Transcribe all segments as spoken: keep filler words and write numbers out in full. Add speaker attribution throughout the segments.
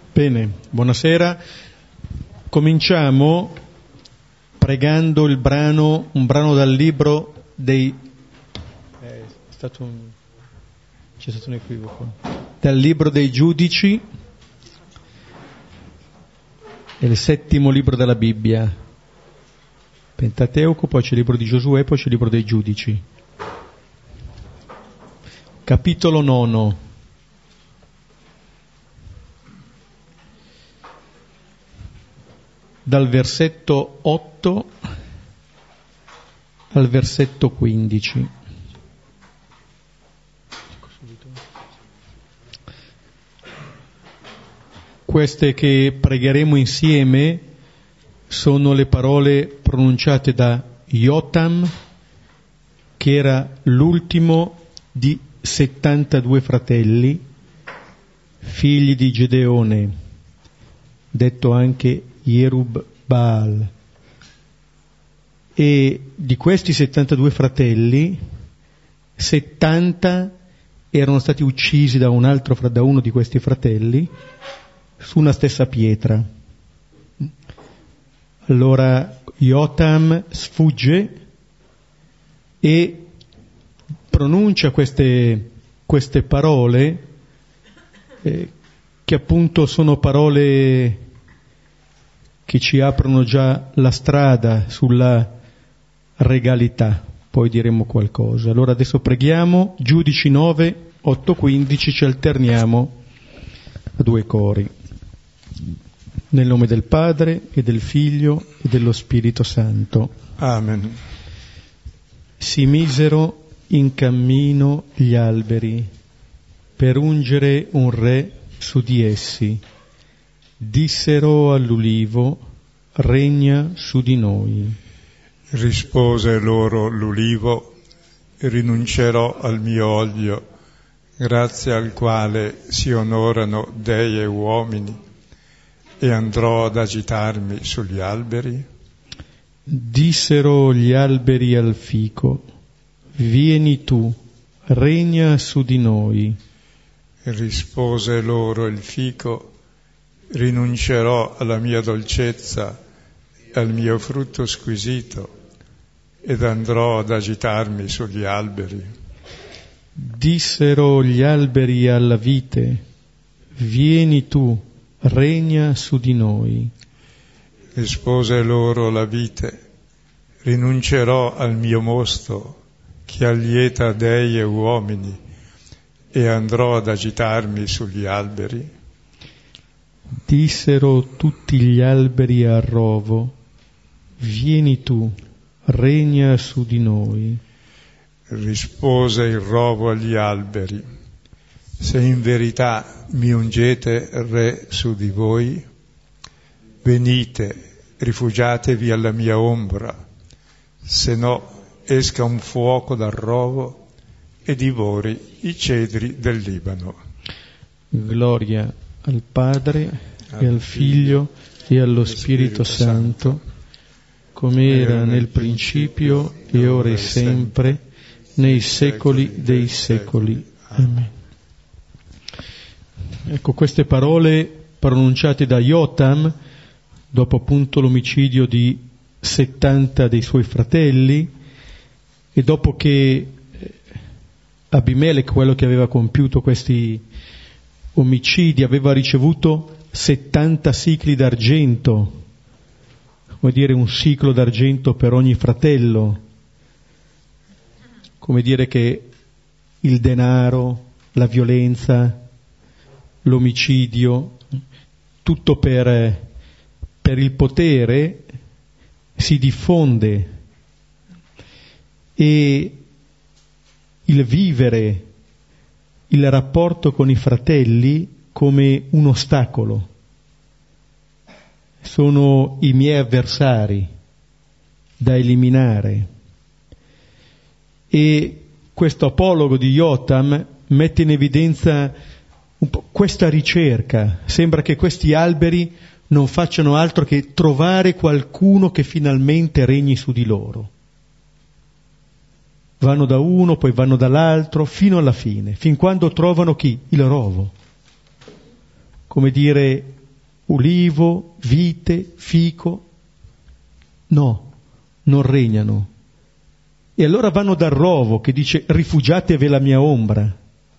Speaker 1: Bene, buonasera. Cominciamo pregando il brano, un brano dal libro dei... È stato un... c'è stato un equivoco. Dal libro dei Giudici, è il settimo libro della Bibbia. Pentateuco, poi c'è il libro di Giosuè, poi c'è il libro dei Giudici. Capitolo nono. Dal versetto otto al versetto quindici. Queste che pregheremo insieme sono le parole pronunciate da Jotam, che era l'ultimo di settantadue fratelli, figli di Gedeone, detto anche Jerub-Baal. E di questi settantadue fratelli, settanta erano stati uccisi da un altro, da uno di questi fratelli, su una stessa pietra. Allora Jotam sfugge e pronuncia queste, queste parole, eh, che appunto sono parole che ci aprono già la strada sulla regalità. Poi diremo qualcosa. Allora adesso preghiamo, Giudici nove, otto, quindici, ci alterniamo a due cori. Nel nome del Padre e del Figlio e dello Spirito Santo.
Speaker 2: Amen.
Speaker 1: Si misero in cammino gli alberi per ungere un re su di essi. Dissero all'ulivo, regna su di noi.
Speaker 2: Rispose loro l'ulivo, rinuncerò al mio olio, grazie al quale si onorano dei e uomini, e andrò ad agitarmi sugli alberi?
Speaker 1: Dissero gli alberi al fico, vieni tu, regna su di noi.
Speaker 2: Rispose loro il fico, rinuncerò alla mia dolcezza e al mio frutto squisito, ed andrò ad agitarmi sugli alberi.
Speaker 1: Dissero gli alberi alla vite, vieni tu, regna su di noi.
Speaker 2: Rispose loro la vite, rinuncerò al mio mosto, che allieta dei e uomini, e andrò ad agitarmi sugli alberi.
Speaker 1: Dissero tutti gli alberi al rovo, vieni tu, regna su di noi.
Speaker 2: Rispose il rovo agli alberi, se in verità mi ungete re su di voi, venite, rifugiatevi alla mia ombra, se no esca un fuoco dal rovo e divori i cedri del Libano.
Speaker 1: Gloria al Padre e al Figlio e allo Spirito Santo, come era nel principio e ora e sempre, nei secoli dei secoli. Amen. Ecco, queste parole pronunciate da Jotam, dopo appunto l'omicidio di settanta dei suoi fratelli, e dopo che Abimelech, quello che aveva compiuto questi omicidi, aveva ricevuto settanta sicli d'argento, come dire un siclo d'argento per ogni fratello, come dire che il denaro, la violenza, l'omicidio, tutto per, per il potere si diffonde, e il vivere il rapporto con i fratelli come un ostacolo. Sono i miei avversari da eliminare. E questo apologo di Jotam mette in evidenza un po' questa ricerca. Sembra che questi alberi non facciano altro che trovare qualcuno che finalmente regni su di loro. Vanno da uno, poi vanno dall'altro, fino alla fine, fin quando trovano chi? Il rovo. Come dire, ulivo, vite, fico. No, non regnano. E allora vanno dal rovo che dice rifugiatevi alla mia ombra.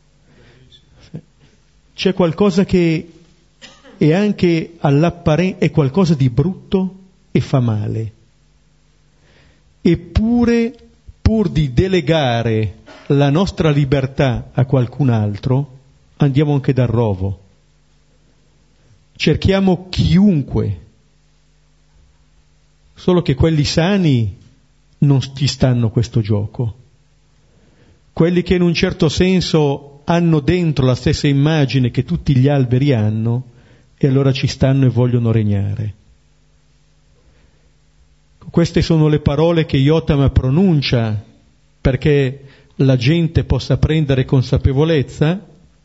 Speaker 1: C'è qualcosa che è anche all'apparenza, è qualcosa di brutto e fa male. Eppure, pur di delegare la nostra libertà a qualcun altro, andiamo anche dal rovo. Cerchiamo chiunque, solo che quelli sani non ci stanno questo gioco. Quelli che in un certo senso hanno dentro la stessa immagine che tutti gli alberi hanno, e allora ci stanno e vogliono regnare. Queste sono le parole che Jotam pronuncia perché la gente possa prendere consapevolezza.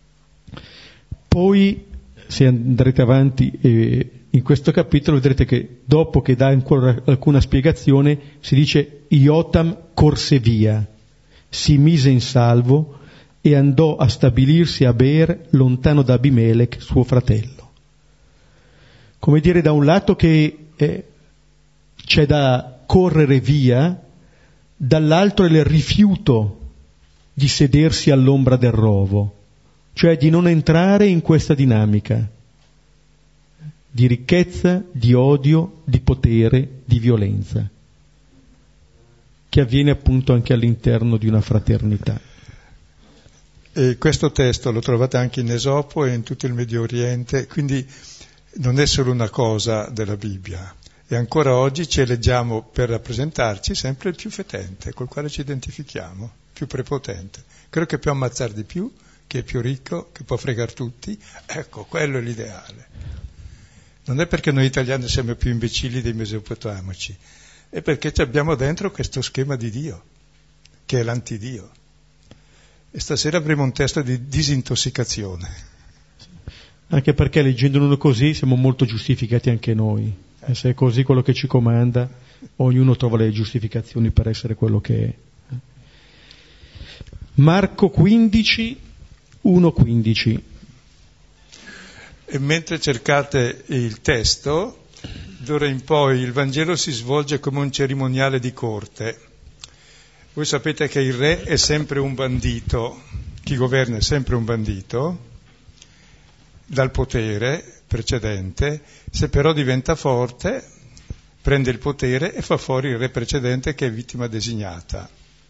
Speaker 1: Poi, se andrete avanti eh, in questo capitolo, vedrete che dopo che dà ancora alcuna spiegazione, si dice Jotam corse via, si mise in salvo e andò a stabilirsi a Beer, lontano da Abimelech, suo fratello. Come dire, da un lato che eh, c'è da correre via, dall'altro è il rifiuto di sedersi all'ombra del rovo, cioè di non entrare in questa dinamica di ricchezza, di odio, di potere, di violenza, che avviene appunto anche all'interno di una fraternità.
Speaker 2: E questo testo lo trovate anche in Esopo e in tutto il Medio Oriente, quindi non è solo una cosa della Bibbia. E ancora oggi ci eleggiamo per rappresentarci sempre il più fetente, col quale ci identifichiamo, più prepotente. Quello che può ammazzare di più, che è più ricco, che può fregare tutti. Ecco, quello è l'ideale. Non è perché noi italiani siamo più imbecilli dei mesopotamici, è perché abbiamo dentro questo schema di Dio, che è l'antidio. E stasera avremo un testo di disintossicazione.
Speaker 1: Anche perché leggendolo così siamo molto giustificati anche noi. E se è così quello che ci comanda, ognuno trova le giustificazioni per essere quello che è. Marco quindici, uno quindici.
Speaker 2: E mentre cercate il testo, d'ora in poi il Vangelo si svolge come un cerimoniale di corte. Voi sapete che il re è sempre un bandito, chi governa è sempre un bandito, dal potere precedente. Se però diventa forte, prende il potere e fa fuori il re precedente che è vittima designata.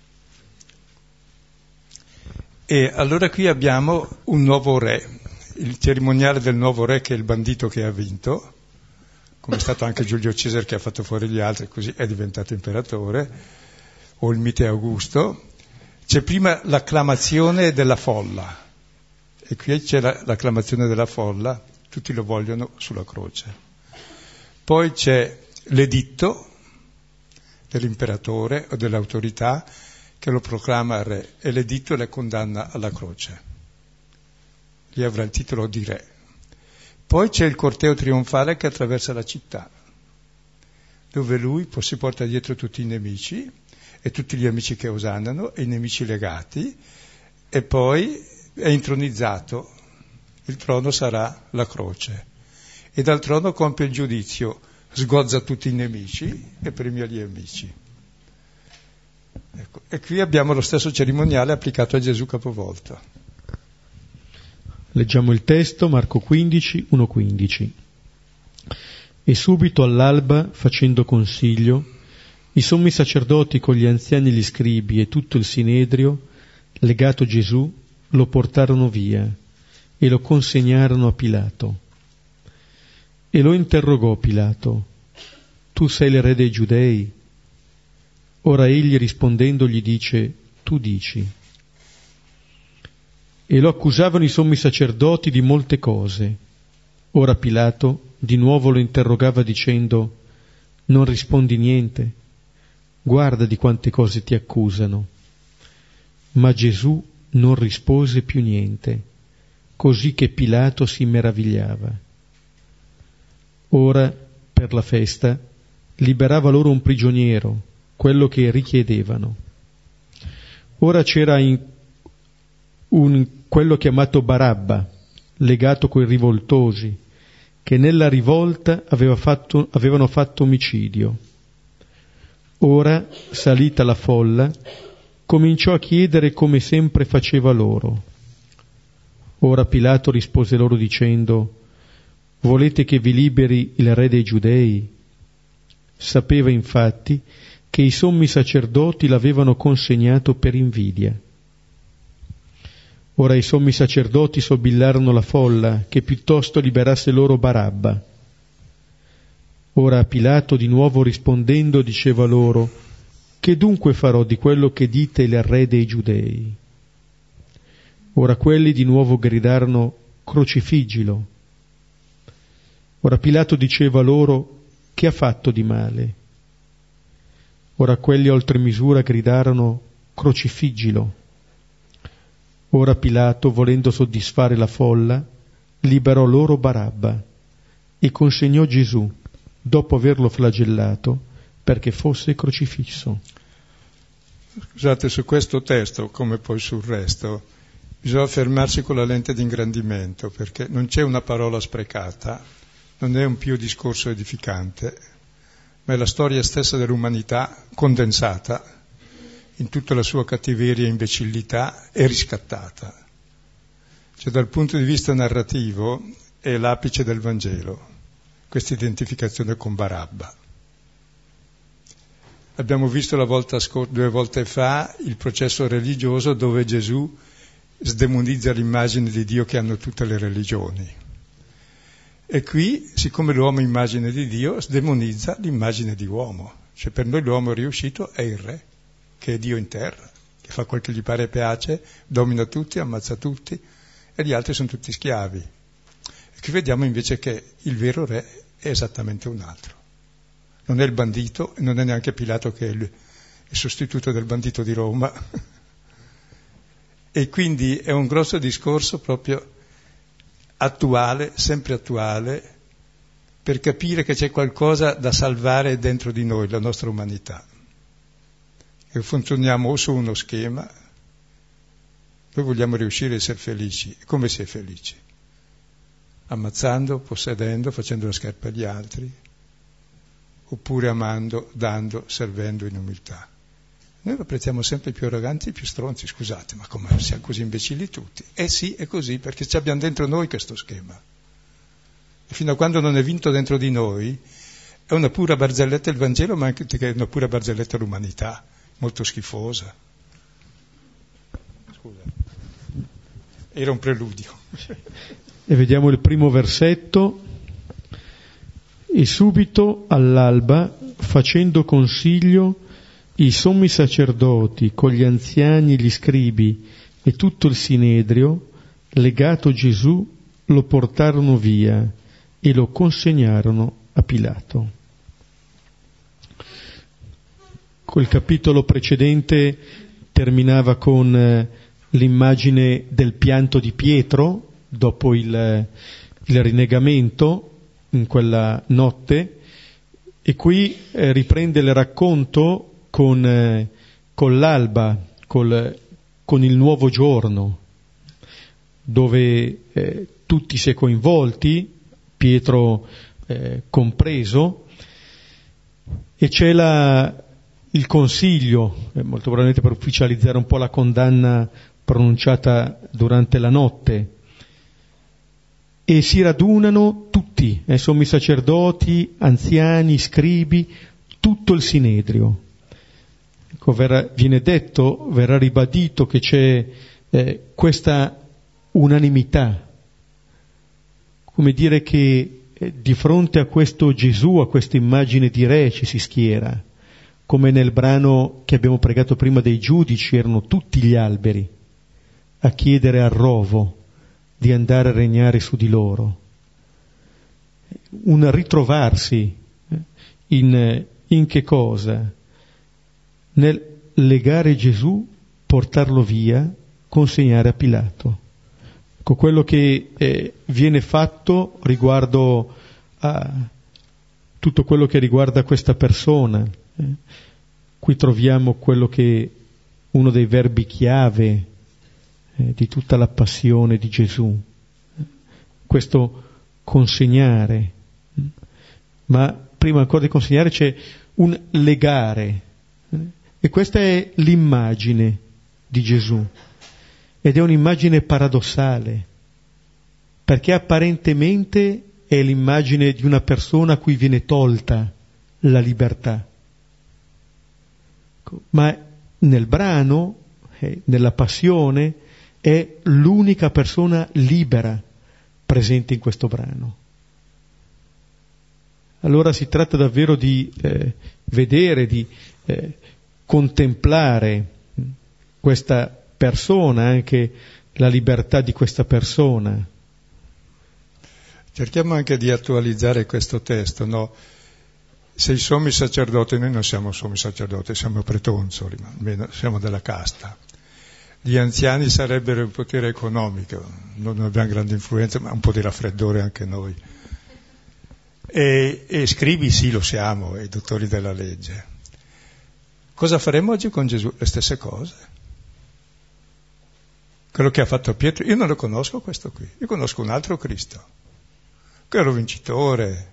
Speaker 2: E allora qui abbiamo un nuovo re, il cerimoniale del nuovo re che è il bandito che ha vinto, come è stato anche Giulio Cesare che ha fatto fuori gli altri, così è diventato imperatore, o il mite Augusto. C'è prima l'acclamazione della folla, e qui c'è la, l'acclamazione della folla, tutti lo vogliono sulla croce. Poi c'è l'editto dell'imperatore o dell'autorità che lo proclama re, e l'editto le condanna alla croce. Lì avrà il titolo di re. Poi c'è il corteo trionfale che attraversa la città, dove lui si porta dietro tutti i nemici e tutti gli amici che osannano e i nemici legati, e poi è intronizzato. Il trono sarà la croce, e dal trono compie il giudizio, sgozza tutti i nemici e premia gli amici. Ecco. E qui abbiamo lo stesso cerimoniale applicato a Gesù capovolto.
Speaker 1: Leggiamo il testo, Marco quindici, uno quindici. E subito all'alba, facendo consiglio, i sommi sacerdoti con gli anziani e gli scribi e tutto il sinedrio, legato Gesù, lo portarono via e lo consegnarono a Pilato. E lo interrogò Pilato: tu sei il re dei Giudei? Ora egli rispondendo gli dice: tu dici. E lo accusavano i sommi sacerdoti di molte cose. Ora Pilato di nuovo lo interrogava dicendo: non rispondi niente? Guarda di quante cose ti accusano. Ma Gesù non rispose più niente, così che Pilato si meravigliava. Ora, per la festa, liberava loro un prigioniero, quello che richiedevano. Ora c'era in un quello chiamato Barabba, legato coi rivoltosi, che nella rivolta aveva fatto, avevano fatto omicidio. Ora, salita la folla, cominciò a chiedere come sempre faceva loro. Ora Pilato rispose loro dicendo: volete che vi liberi il re dei Giudei? Sapeva infatti che i sommi sacerdoti l'avevano consegnato per invidia. Ora i sommi sacerdoti sobillarono la folla che piuttosto liberasse loro Barabba. Ora Pilato di nuovo rispondendo diceva loro: che dunque farò di quello che dite il re dei Giudei? Ora quelli di nuovo gridarono: crocifiggilo. Ora Pilato diceva loro: che ha fatto di male? Ora quelli oltre misura gridarono: crocifiggilo. Ora Pilato, volendo soddisfare la folla, liberò loro Barabba e consegnò Gesù, dopo averlo flagellato, perché fosse crocifisso.
Speaker 2: Scusate, su questo testo, come poi sul resto, bisogna fermarsi con la lente di ingrandimento, perché non c'è una parola sprecata, non è un pio discorso edificante, ma è la storia stessa dell'umanità condensata in tutta la sua cattiveria e imbecillità e riscattata. Cioè, dal punto di vista narrativo è l'apice del Vangelo, questa identificazione con Barabba. Abbiamo visto la volta scor- due volte fa il processo religioso dove Gesù sdemonizza l'immagine di Dio che hanno tutte le religioni. E qui, siccome l'uomo è immagine di Dio, sdemonizza l'immagine di uomo. Cioè, per noi l'uomo riuscito è il re, che è Dio in terra, che fa quel che gli pare e piace, domina tutti, ammazza tutti, e gli altri sono tutti schiavi. E qui vediamo invece che il vero re è esattamente un altro. Non è il bandito, e non è neanche Pilato che è il, il sostituto del bandito di Roma. E quindi è un grosso discorso proprio attuale, sempre attuale, per capire che c'è qualcosa da salvare dentro di noi, la nostra umanità. E funzioniamo o su uno schema, noi vogliamo riuscire a essere felici. Come si è felici? Ammazzando, possedendo, facendo la scherpa agli altri, oppure amando, dando, servendo in umiltà. Noi lo apprezziamo sempre più arroganti e più stronzi, scusate, ma come siamo così imbecilli tutti? Eh sì, è così, perché ci abbiamo dentro noi questo schema. E fino a quando non è vinto dentro di noi, è una pura barzelletta il Vangelo, ma anche che è una pura barzelletta l'umanità, molto schifosa. Scusa, era un preludio.
Speaker 1: E vediamo il primo versetto. E subito all'alba, facendo consiglio, i sommi sacerdoti con gli anziani e gli scribi e tutto il sinedrio, legato Gesù, lo portarono via e lo consegnarono a Pilato. Quel capitolo precedente terminava con eh, l'immagine del pianto di Pietro dopo il, il rinnegamento in quella notte, e qui eh, riprende il racconto con, eh, con l'alba, col, con il nuovo giorno, dove eh, tutti si è coinvolti, Pietro eh, compreso, e c'è la, il consiglio, eh, molto probabilmente per ufficializzare un po' la condanna pronunciata durante la notte, e si radunano tutti, eh, sommi sacerdoti, anziani, scribi, tutto il sinedrio. Ecco, verrà, viene detto, verrà ribadito che c'è eh, questa unanimità, come dire che eh, di fronte a questo Gesù, a questa immagine di re ci si schiera, come nel brano che abbiamo pregato prima dei giudici, erano tutti gli alberi a chiedere al rovo di andare a regnare su di loro. Un ritrovarsi in, in che cosa? Nel legare Gesù, portarlo via, consegnare a Pilato. Ecco, quello che eh, viene fatto riguardo a tutto quello che riguarda questa persona. Eh. Qui troviamo quello che uno dei verbi chiave eh, di tutta la passione di Gesù. Questo consegnare, ma prima ancora di consegnare c'è un legare, e questa è l'immagine di Gesù, ed è un'immagine paradossale, perché apparentemente è l'immagine di una persona a cui viene tolta la libertà, ma nel brano, eh, nella passione, è l'unica persona libera presente in questo brano. Allora si tratta davvero di eh, vedere, di eh, contemplare questa persona, anche la libertà di questa persona.
Speaker 2: Cerchiamo anche di attualizzare questo testo, no? Se i sommi sacerdoti, noi non siamo sommi sacerdoti, siamo pretonzoli, ma almeno siamo della casta. Gli anziani sarebbero il potere economico, non abbiamo grande influenza, ma un po' di raffreddore anche noi. E, e scribi sì, lo siamo, e dottori della legge. Cosa faremo oggi con Gesù? Le stesse cose. Quello che ha fatto Pietro, io non lo conosco questo qui, io conosco un altro Cristo, che era vincitore.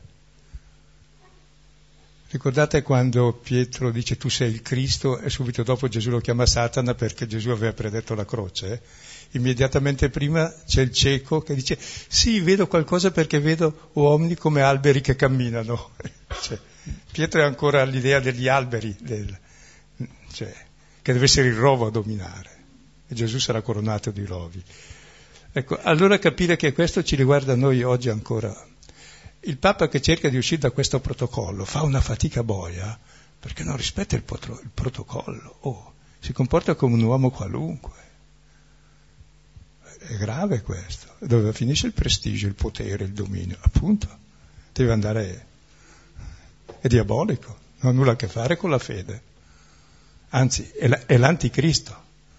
Speaker 2: Ricordate quando Pietro dice tu sei il Cristo e subito dopo Gesù lo chiama Satana perché Gesù aveva predetto la croce? Immediatamente prima c'è il cieco che dice sì, vedo qualcosa perché vedo uomini come alberi che camminano. Cioè, Pietro è ancora all'idea degli alberi, del, cioè, che deve essere il rovo a dominare e Gesù sarà coronato di rovi. Ecco, allora capire che questo ci riguarda noi oggi ancora. Il Papa che cerca di uscire da questo protocollo fa una fatica boia perché non rispetta il, potro, il protocollo, oh, si comporta come un uomo qualunque. È grave questo, dove finisce il prestigio, il potere, il dominio, appunto, deve andare, è diabolico, non ha nulla a che fare con la fede, anzi è, la, è l'anticristo,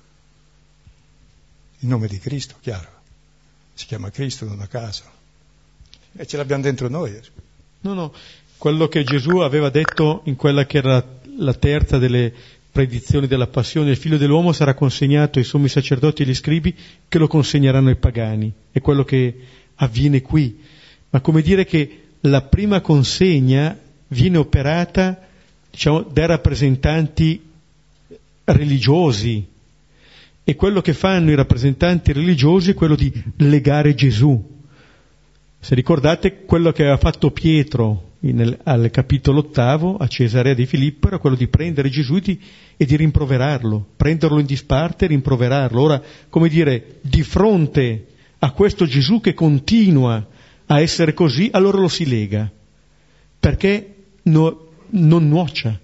Speaker 2: in nome di Cristo, chiaro, si chiama Cristo non a caso. E ce l'abbiamo dentro noi.
Speaker 1: No, no, quello che Gesù aveva detto in quella che era la terza delle predizioni della passione, il figlio dell'uomo sarà consegnato ai sommi sacerdoti e agli scribi che lo consegneranno ai pagani. È quello che avviene qui. Ma come dire che la prima consegna viene operata, diciamo, dai rappresentanti religiosi, e quello che fanno i rappresentanti religiosi è quello di legare Gesù. Se ricordate, quello che aveva fatto Pietro nel, al capitolo ottavo a Cesarea di Filippo era quello di prendere Gesù di, e di rimproverarlo, prenderlo in disparte e rimproverarlo. Ora, come dire, di fronte a questo Gesù che continua a essere così, allora lo si lega, perché no, non nuocia.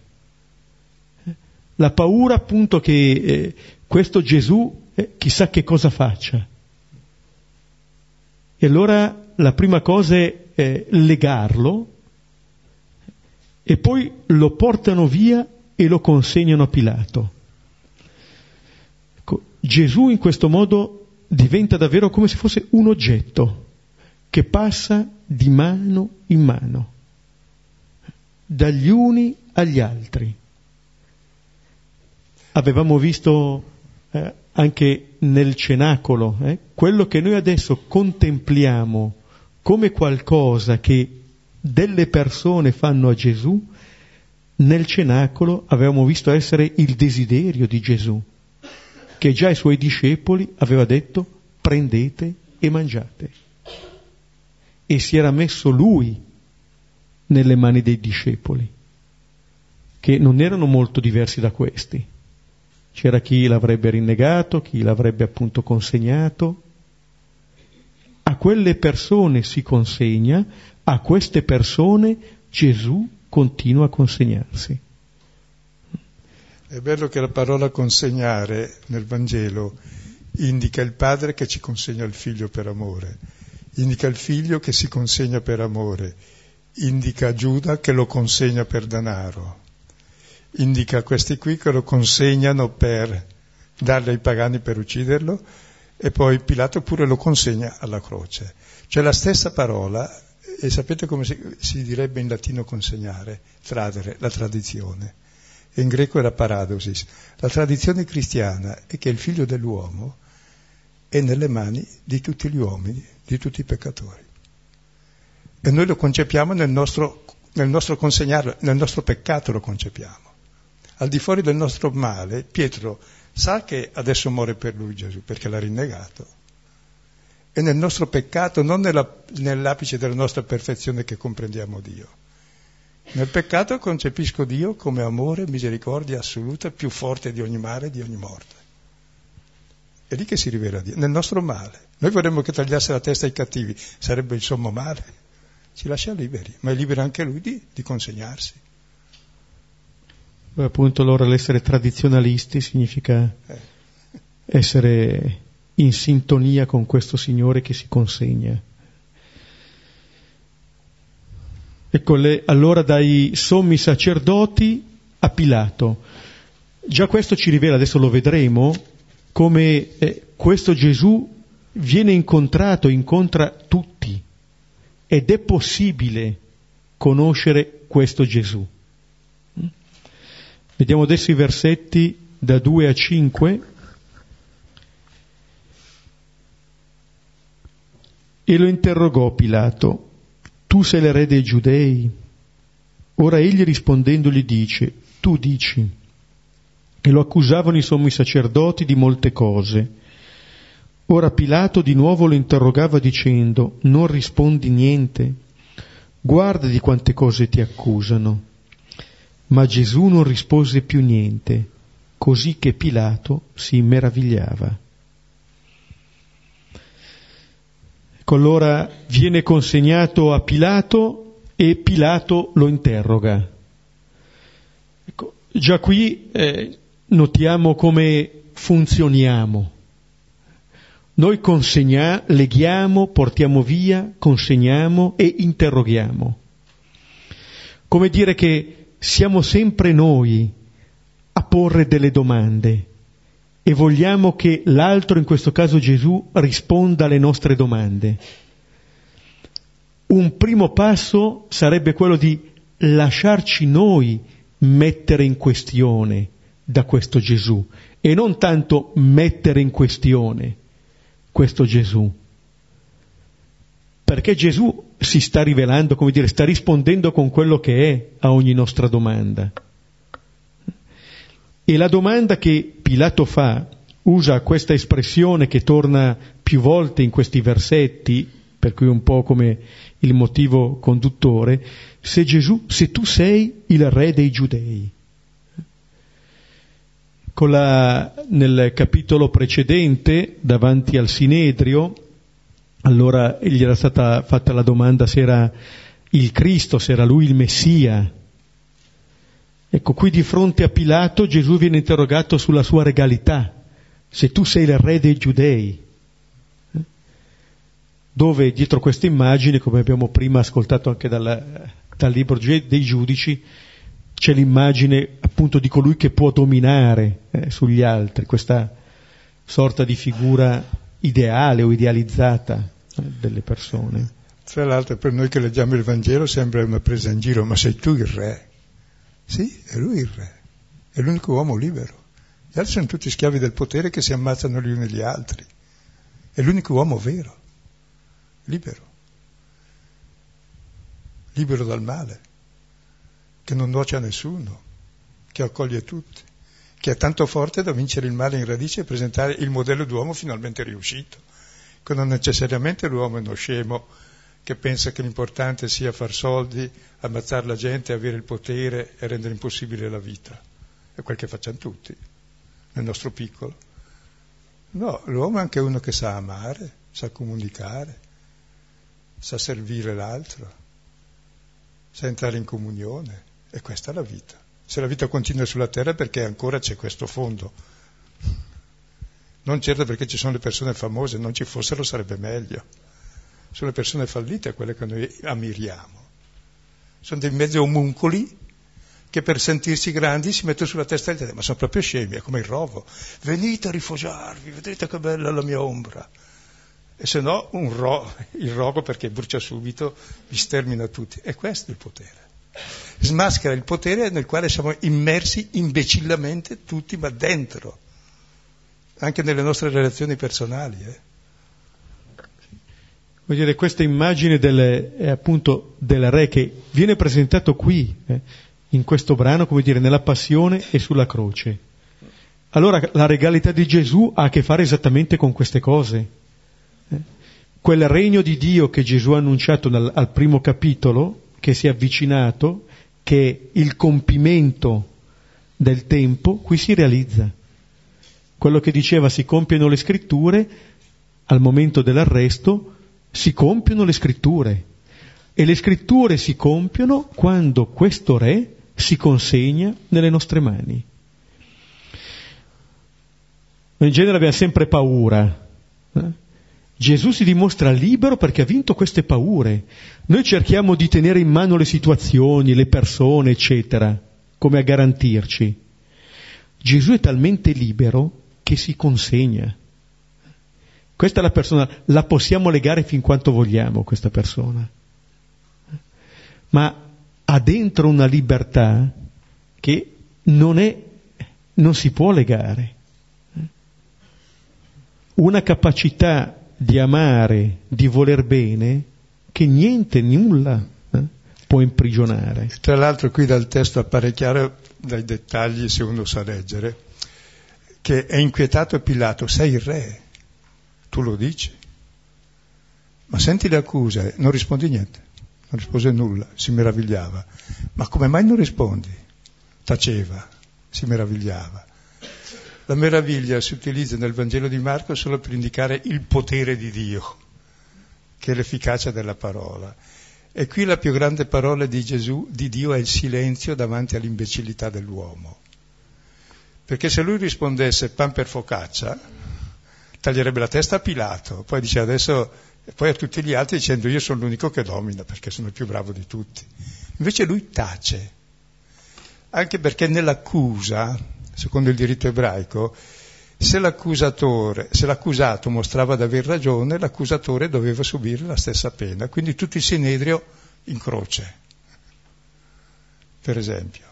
Speaker 1: La paura appunto che eh, questo Gesù eh, chissà che cosa faccia. E allora la prima cosa è eh, legarlo e poi lo portano via e lo consegnano a Pilato. Ecco, Gesù in questo modo diventa davvero come se fosse un oggetto che passa di mano in mano, dagli uni agli altri. Avevamo visto eh, anche nel cenacolo eh, quello che noi adesso contempliamo come qualcosa che delle persone fanno a Gesù, nel cenacolo avevamo visto essere il desiderio di Gesù, che già ai suoi discepoli aveva detto prendete e mangiate. E si era messo lui nelle mani dei discepoli, che non erano molto diversi da questi. C'era chi l'avrebbe rinnegato, chi l'avrebbe appunto consegnato. A quelle persone si consegna, a queste persone Gesù continua a consegnarsi.
Speaker 2: È bello che la parola consegnare nel Vangelo indica il padre che ci consegna il figlio per amore, indica il figlio che si consegna per amore, indica Giuda che lo consegna per denaro, indica questi qui che lo consegnano per darli ai pagani per ucciderlo, e poi Pilato pure lo consegna alla croce. Cioè la stessa parola, e sapete come si, si direbbe in latino consegnare? Tradere, la tradizione. E in greco era paradosis. La tradizione cristiana è che il figlio dell'uomo è nelle mani di tutti gli uomini, di tutti i peccatori. E noi lo concepiamo nel nostro, nel nostro consegnarlo, nel nostro peccato lo concepiamo. Al di fuori del nostro male, Pietro sa che adesso muore per lui Gesù, perché l'ha rinnegato. E nel nostro peccato, non nella, nell'apice della nostra perfezione che comprendiamo Dio. Nel peccato concepisco Dio come amore, misericordia assoluta, più forte di ogni male, di ogni morte. È lì che si rivela Dio, nel nostro male. Noi vorremmo che tagliasse la testa ai cattivi, sarebbe il sommo male. Ci lascia liberi, ma è libero anche lui di, di consegnarsi.
Speaker 1: Beh, appunto, allora l'essere tradizionalisti significa eh. essere in sintonia con questo Signore che si consegna. Ecco, le, allora dai sommi sacerdoti a Pilato. Già questo ci rivela, adesso lo vedremo, come eh, questo Gesù viene incontrato, incontra tutti, ed è possibile conoscere questo Gesù. Vediamo adesso i versetti da due a cinque. E lo interrogò Pilato: tu sei il re dei Giudei? Ora egli rispondendo gli dice: tu dici. E lo accusavano i sommi sacerdoti di molte cose. Ora Pilato di nuovo lo interrogava dicendo: non rispondi niente? Guarda di quante cose ti accusano. Ma Gesù non rispose più niente, così che Pilato si meravigliava. Ecco, allora viene consegnato a Pilato e Pilato lo interroga. Ecco, già qui eh, notiamo come funzioniamo. Noi consegniamo, leghiamo, portiamo via, consegniamo e interroghiamo. Come dire che siamo sempre noi a porre delle domande e vogliamo che l'altro, in questo caso Gesù, risponda alle nostre domande. Un primo passo sarebbe quello di lasciarci noi mettere in questione da questo Gesù e non tanto mettere in questione questo Gesù. Perché Gesù si sta rivelando, come dire, sta rispondendo con quello che è a ogni nostra domanda. E la domanda che Pilato fa, usa questa espressione che torna più volte in questi versetti, per cui un po' come il motivo conduttore: se Gesù, se tu sei il re dei Giudei. Con la, nel capitolo precedente, davanti al Sinedrio, allora gli era stata fatta la domanda se era il Cristo, se era lui il Messia. Ecco, qui di fronte a Pilato Gesù viene interrogato sulla sua regalità, se tu sei il re dei Giudei. Dove dietro questa immagine, come abbiamo prima ascoltato anche dal, dal libro dei Giudici, c'è l'immagine appunto di colui che può dominare eh, sugli altri, questa sorta di figura ideale o idealizzata eh, delle persone.
Speaker 2: Tra l'altro, per noi che leggiamo il Vangelo sembra una presa in giro: ma sei tu il re? Sì, è lui il re, è l'unico uomo libero. Gli altri sono tutti schiavi del potere che si ammazzano gli uni gli altri. È l'unico uomo vero, libero, libero dal male, che non nuoce a nessuno, che accoglie tutti, che è tanto forte da vincere il male in radice e presentare il modello d'uomo finalmente riuscito, che non necessariamente l'uomo è uno scemo che pensa che l'importante sia far soldi, ammazzare la gente, avere il potere e rendere impossibile la vita. È quel che facciamo tutti, nel nostro piccolo. No, l'uomo è anche uno che sa amare, sa comunicare, sa servire l'altro, sa entrare in comunione. E questa è la vita. Se la vita continua sulla terra è perché ancora c'è questo fondo. Non certo perché ci sono le persone famose, non ci fossero sarebbe meglio. Sono le persone fallite quelle che noi ammiriamo. Sono dei mezzi omuncoli che per sentirsi grandi si mettono sulla testa del ma sono proprio scemi, è come il rovo. Venite a rifugiarvi, vedete che bella la mia ombra. E se no un ro- il rogo, perché brucia subito, vi stermina tutti. E questo è il potere. Smaschera il potere nel quale siamo immersi imbecillamente tutti, ma dentro, anche nelle nostre relazioni personali. Eh.
Speaker 1: Voglio dire, questa immagine del, eh, appunto del re che viene presentato qui, eh, in questo brano, come dire, nella passione e sulla croce. Allora la regalità di Gesù ha a che fare esattamente con queste cose. Eh? Quel regno di Dio che Gesù ha annunciato nel, al primo capitolo, che si è avvicinato, che è il compimento del tempo, qui si realizza. Quello che diceva si compiono le scritture, al momento dell'arresto si compiono le scritture. E le scritture si compiono quando questo re si consegna nelle nostre mani. In genere abbiamo sempre paura. Eh? Gesù si dimostra libero perché ha vinto queste paure. Noi cerchiamo di tenere in mano le situazioni, le persone, eccetera, come a garantirci. Gesù è talmente libero che si consegna. Questa è la persona, la possiamo legare fin quanto vogliamo, questa persona. Ma ha dentro una libertà che non è, non si può legare. Una capacità di amare, di voler bene, che niente, nulla eh, può imprigionare.
Speaker 2: Tra l'altro qui dal testo appare chiaro, dai dettagli, se uno sa leggere, che è inquietato Pilato, sei il re, tu lo dici. Ma senti le accuse, non rispondi niente, non rispose nulla, si meravigliava. Ma come mai non rispondi? Taceva, si meravigliava. La meraviglia si utilizza nel Vangelo di Marco solo per indicare il potere di Dio, che è l'efficacia della parola. E qui la più grande parola di Gesù, di Dio, è il silenzio davanti all'imbecillità dell'uomo. Perché se lui rispondesse pan per focaccia, taglierebbe la testa a Pilato, poi dice adesso, e poi a tutti gli altri dicendo io sono l'unico che domina perché sono il più bravo di tutti. Invece lui tace, anche perché nell'accusa, secondo il diritto ebraico, se l'accusatore, se l'accusato mostrava di aver ragione, l'accusatore doveva subire la stessa pena. Quindi tutto il Sinedrio in croce, per esempio.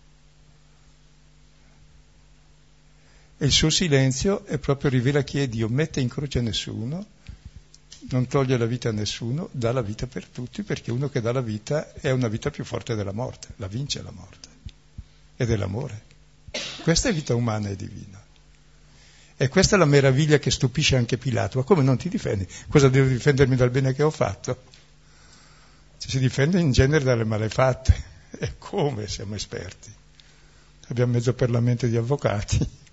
Speaker 2: E il suo silenzio è proprio rivela chi è Dio, mette in croce nessuno, non toglie la vita a nessuno, dà la vita per tutti, perché uno che dà la vita è una vita più forte della morte, la vince la morte, e dell'amore. Questa è vita umana e divina. E questa è la meraviglia che stupisce anche Pilato. Ma come non ti difendi? Cosa devo difendermi dal bene che ho fatto? Ci si difende in genere dalle malefatte. E come siamo esperti? Abbiamo mezzo parlamento di avvocati.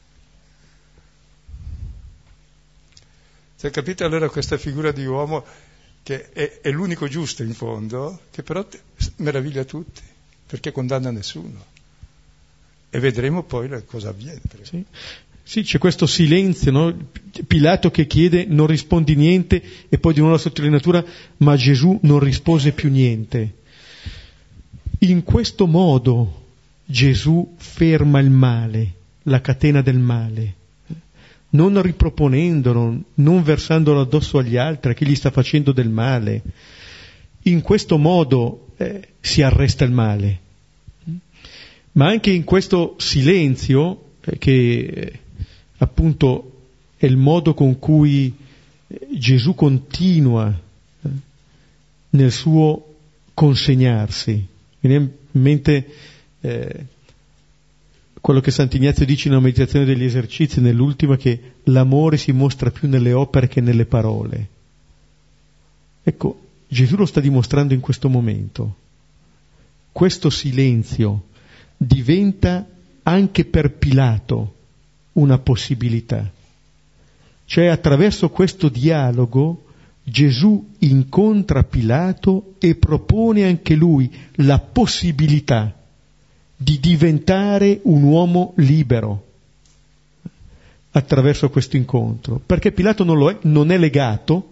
Speaker 2: Cioè, capite allora questa figura di uomo che è, è l'unico giusto in fondo, che però te, meraviglia tutti, perché condanna nessuno. E vedremo poi cosa avviene.
Speaker 1: Sì. Sì, c'è questo silenzio, no? Pilato che chiede, non rispondi niente, e poi di nuovo la sottolineatura, ma Gesù non rispose più niente. In questo modo Gesù ferma il male, la catena del male, non riproponendolo, non versandolo addosso agli altri, a chi gli sta facendo del male. In questo modo eh, si arresta il male. Ma anche in questo silenzio, eh, che eh, appunto è il modo con cui eh, Gesù continua eh, nel suo consegnarsi. Mi viene in mente eh, quello che Sant'Ignazio dice nella meditazione degli esercizi, nell'ultima, che l'amore si mostra più nelle opere che nelle parole. Ecco, Gesù lo sta dimostrando in questo momento. Questo silenzio diventa anche per Pilato una possibilità. Cioè, attraverso questo dialogo Gesù incontra Pilato e propone anche lui la possibilità di diventare un uomo libero attraverso questo incontro, perché Pilato non lo è, non è legato,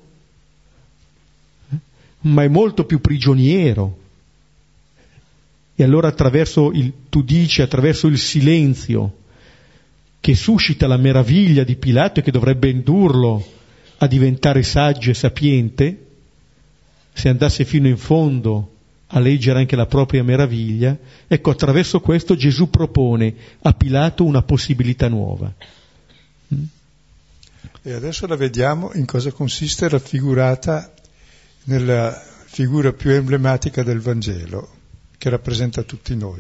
Speaker 1: ma è molto più prigioniero. E allora attraverso il, tu dici, attraverso il silenzio che suscita la meraviglia di Pilato e che dovrebbe indurlo a diventare saggio e sapiente, se andasse fino in fondo a leggere anche la propria meraviglia, ecco, attraverso questo Gesù propone a Pilato una possibilità nuova.
Speaker 2: E adesso la vediamo in cosa consiste raffigurata nella figura più emblematica del Vangelo, che rappresenta tutti noi.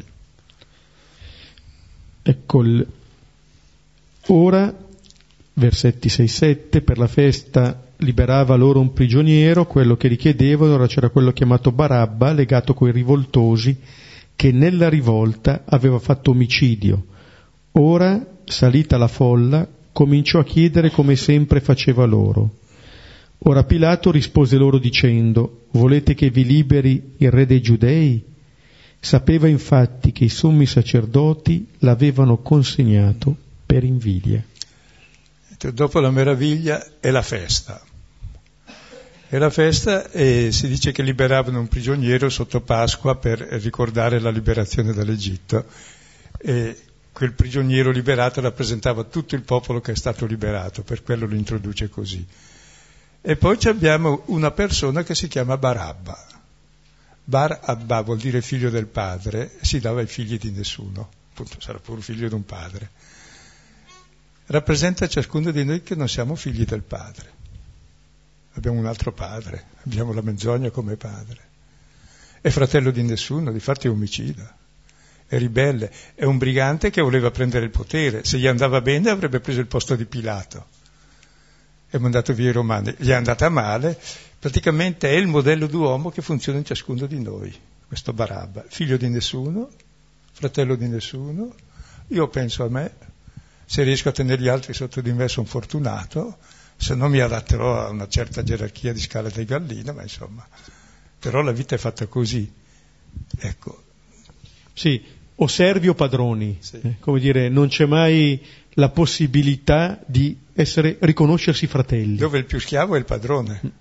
Speaker 1: Ecco, il... ora, versetti sei sette, per la festa liberava loro un prigioniero, quello che richiedevano, ora c'era quello chiamato Barabba, legato coi rivoltosi, che nella rivolta aveva fatto omicidio. Ora, salita la folla, cominciò a chiedere come sempre faceva loro. Ora Pilato rispose loro dicendo: volete che vi liberi il re dei Giudei? Sapeva infatti che i sommi sacerdoti l'avevano consegnato per invidia.
Speaker 2: Dopo la meraviglia è la festa. È la festa e si dice che liberavano un prigioniero sotto Pasqua per ricordare la liberazione dall'Egitto. E quel prigioniero liberato rappresentava tutto il popolo che è stato liberato, per quello lo introduce così. E poi abbiamo una persona che si chiama Barabba. Bar Abba vuol dire figlio del padre, si dava ai figli di nessuno, appunto sarà pure figlio di un padre. Rappresenta ciascuno di noi che non siamo figli del padre. Abbiamo un altro padre, abbiamo la menzogna come padre. È fratello di nessuno, difatti è omicida, è ribelle, è un brigante che voleva prendere il potere. Se gli andava bene avrebbe preso il posto di Pilato e mandato via i romani. Gli è andata male, praticamente è il modello d'uomo che funziona in ciascuno di noi, questo Barabba, figlio di nessuno, fratello di nessuno. Io penso a me, se riesco a tenere gli altri sotto di me sono fortunato, se no mi adatterò a una certa gerarchia di scala dei Gallina, ma insomma, però la vita è fatta così, ecco.
Speaker 1: Sì, o servi o padroni,
Speaker 2: sì.
Speaker 1: eh, come dire, non c'è mai la possibilità di essere, riconoscersi fratelli.
Speaker 2: Dove il più schiavo è il padrone, mm.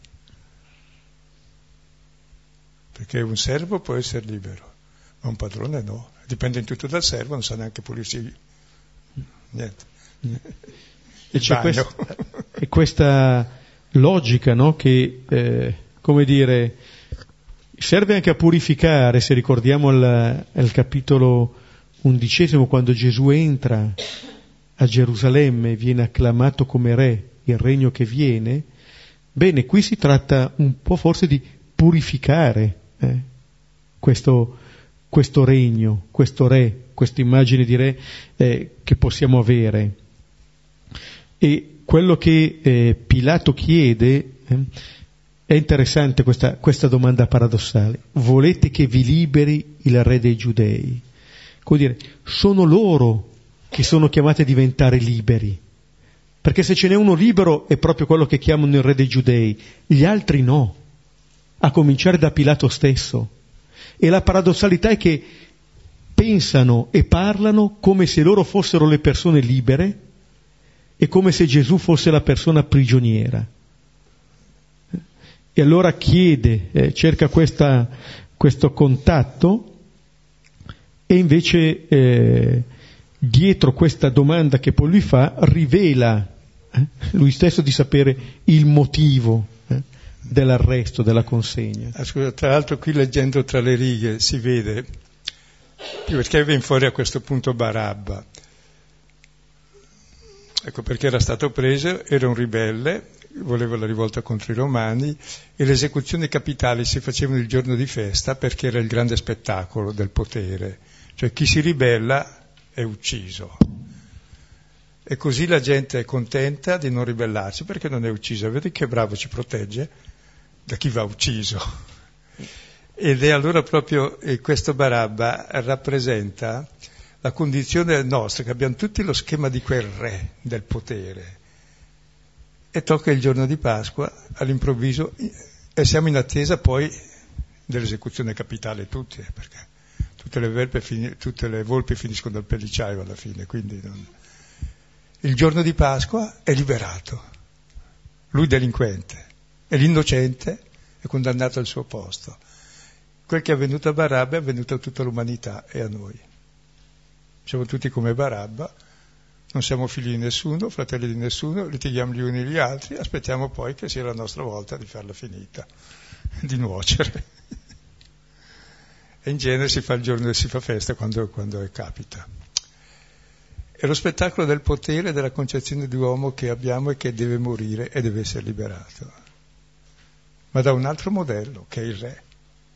Speaker 2: perché un servo può essere libero, ma un padrone no, dipende in tutto dal servo, non sa neanche pulirsi niente.
Speaker 1: E c'è questa, e questa logica, no? Che, eh, come dire, serve anche a purificare, se ricordiamo al, al capitolo undicesimo, quando Gesù entra a Gerusalemme, viene acclamato come re, il regno che viene. Bene, qui si tratta un po' forse di purificare eh, questo, questo regno, questo re, questa immagine di re eh, che possiamo avere. E quello che eh, Pilato chiede, eh, è interessante questa, questa domanda paradossale: volete che vi liberi il re dei Giudei? Come dire, sono loro che sono chiamati a diventare liberi, perché se ce n'è uno libero è proprio quello che chiamano il re dei Giudei, gli altri no, a cominciare da Pilato stesso. E la paradossalità è che pensano e parlano come se loro fossero le persone libere e come se Gesù fosse la persona prigioniera. E allora chiede, eh, cerca questa, questo contatto, e invece eh, dietro questa domanda che poi lui fa rivela eh, lui stesso di sapere il motivo eh, dell'arresto, della consegna.
Speaker 2: Ascolta, tra l'altro qui leggendo tra le righe si vede, perché viene fuori a questo punto Barabba. Ecco, perché era stato preso, era un ribelle, voleva la rivolta contro i romani, e le esecuzioni capitali si facevano il giorno di festa perché era il grande spettacolo del potere. Cioè chi si ribella è ucciso. E così la gente è contenta di non ribellarsi perché non è ucciso. Vedi che bravo, ci protegge da chi va ucciso. Ed è allora proprio eh, questo Barabba rappresenta la condizione nostra, che abbiamo tutti lo schema di quel re del potere, e tocca il giorno di Pasqua all'improvviso e siamo in attesa poi dell'esecuzione capitale tutti, eh, perché tutte le, volpe fin- tutte le volpi finiscono al pellicciaio alla fine, quindi non... il giorno di Pasqua è liberato, lui delinquente, e l'innocente è condannato al suo posto. Quel che è avvenuto a Barabba è avvenuto a tutta l'umanità e a noi. Siamo tutti come Barabba, non siamo figli di nessuno, fratelli di nessuno, litighiamo gli uni e gli altri, aspettiamo poi che sia la nostra volta di farla finita, di nuocere. E in genere si fa il giorno e si fa festa quando, quando capita. È lo spettacolo del potere, della concezione di uomo che abbiamo e che deve morire e deve essere liberato. ma da un altro modello, che è il re.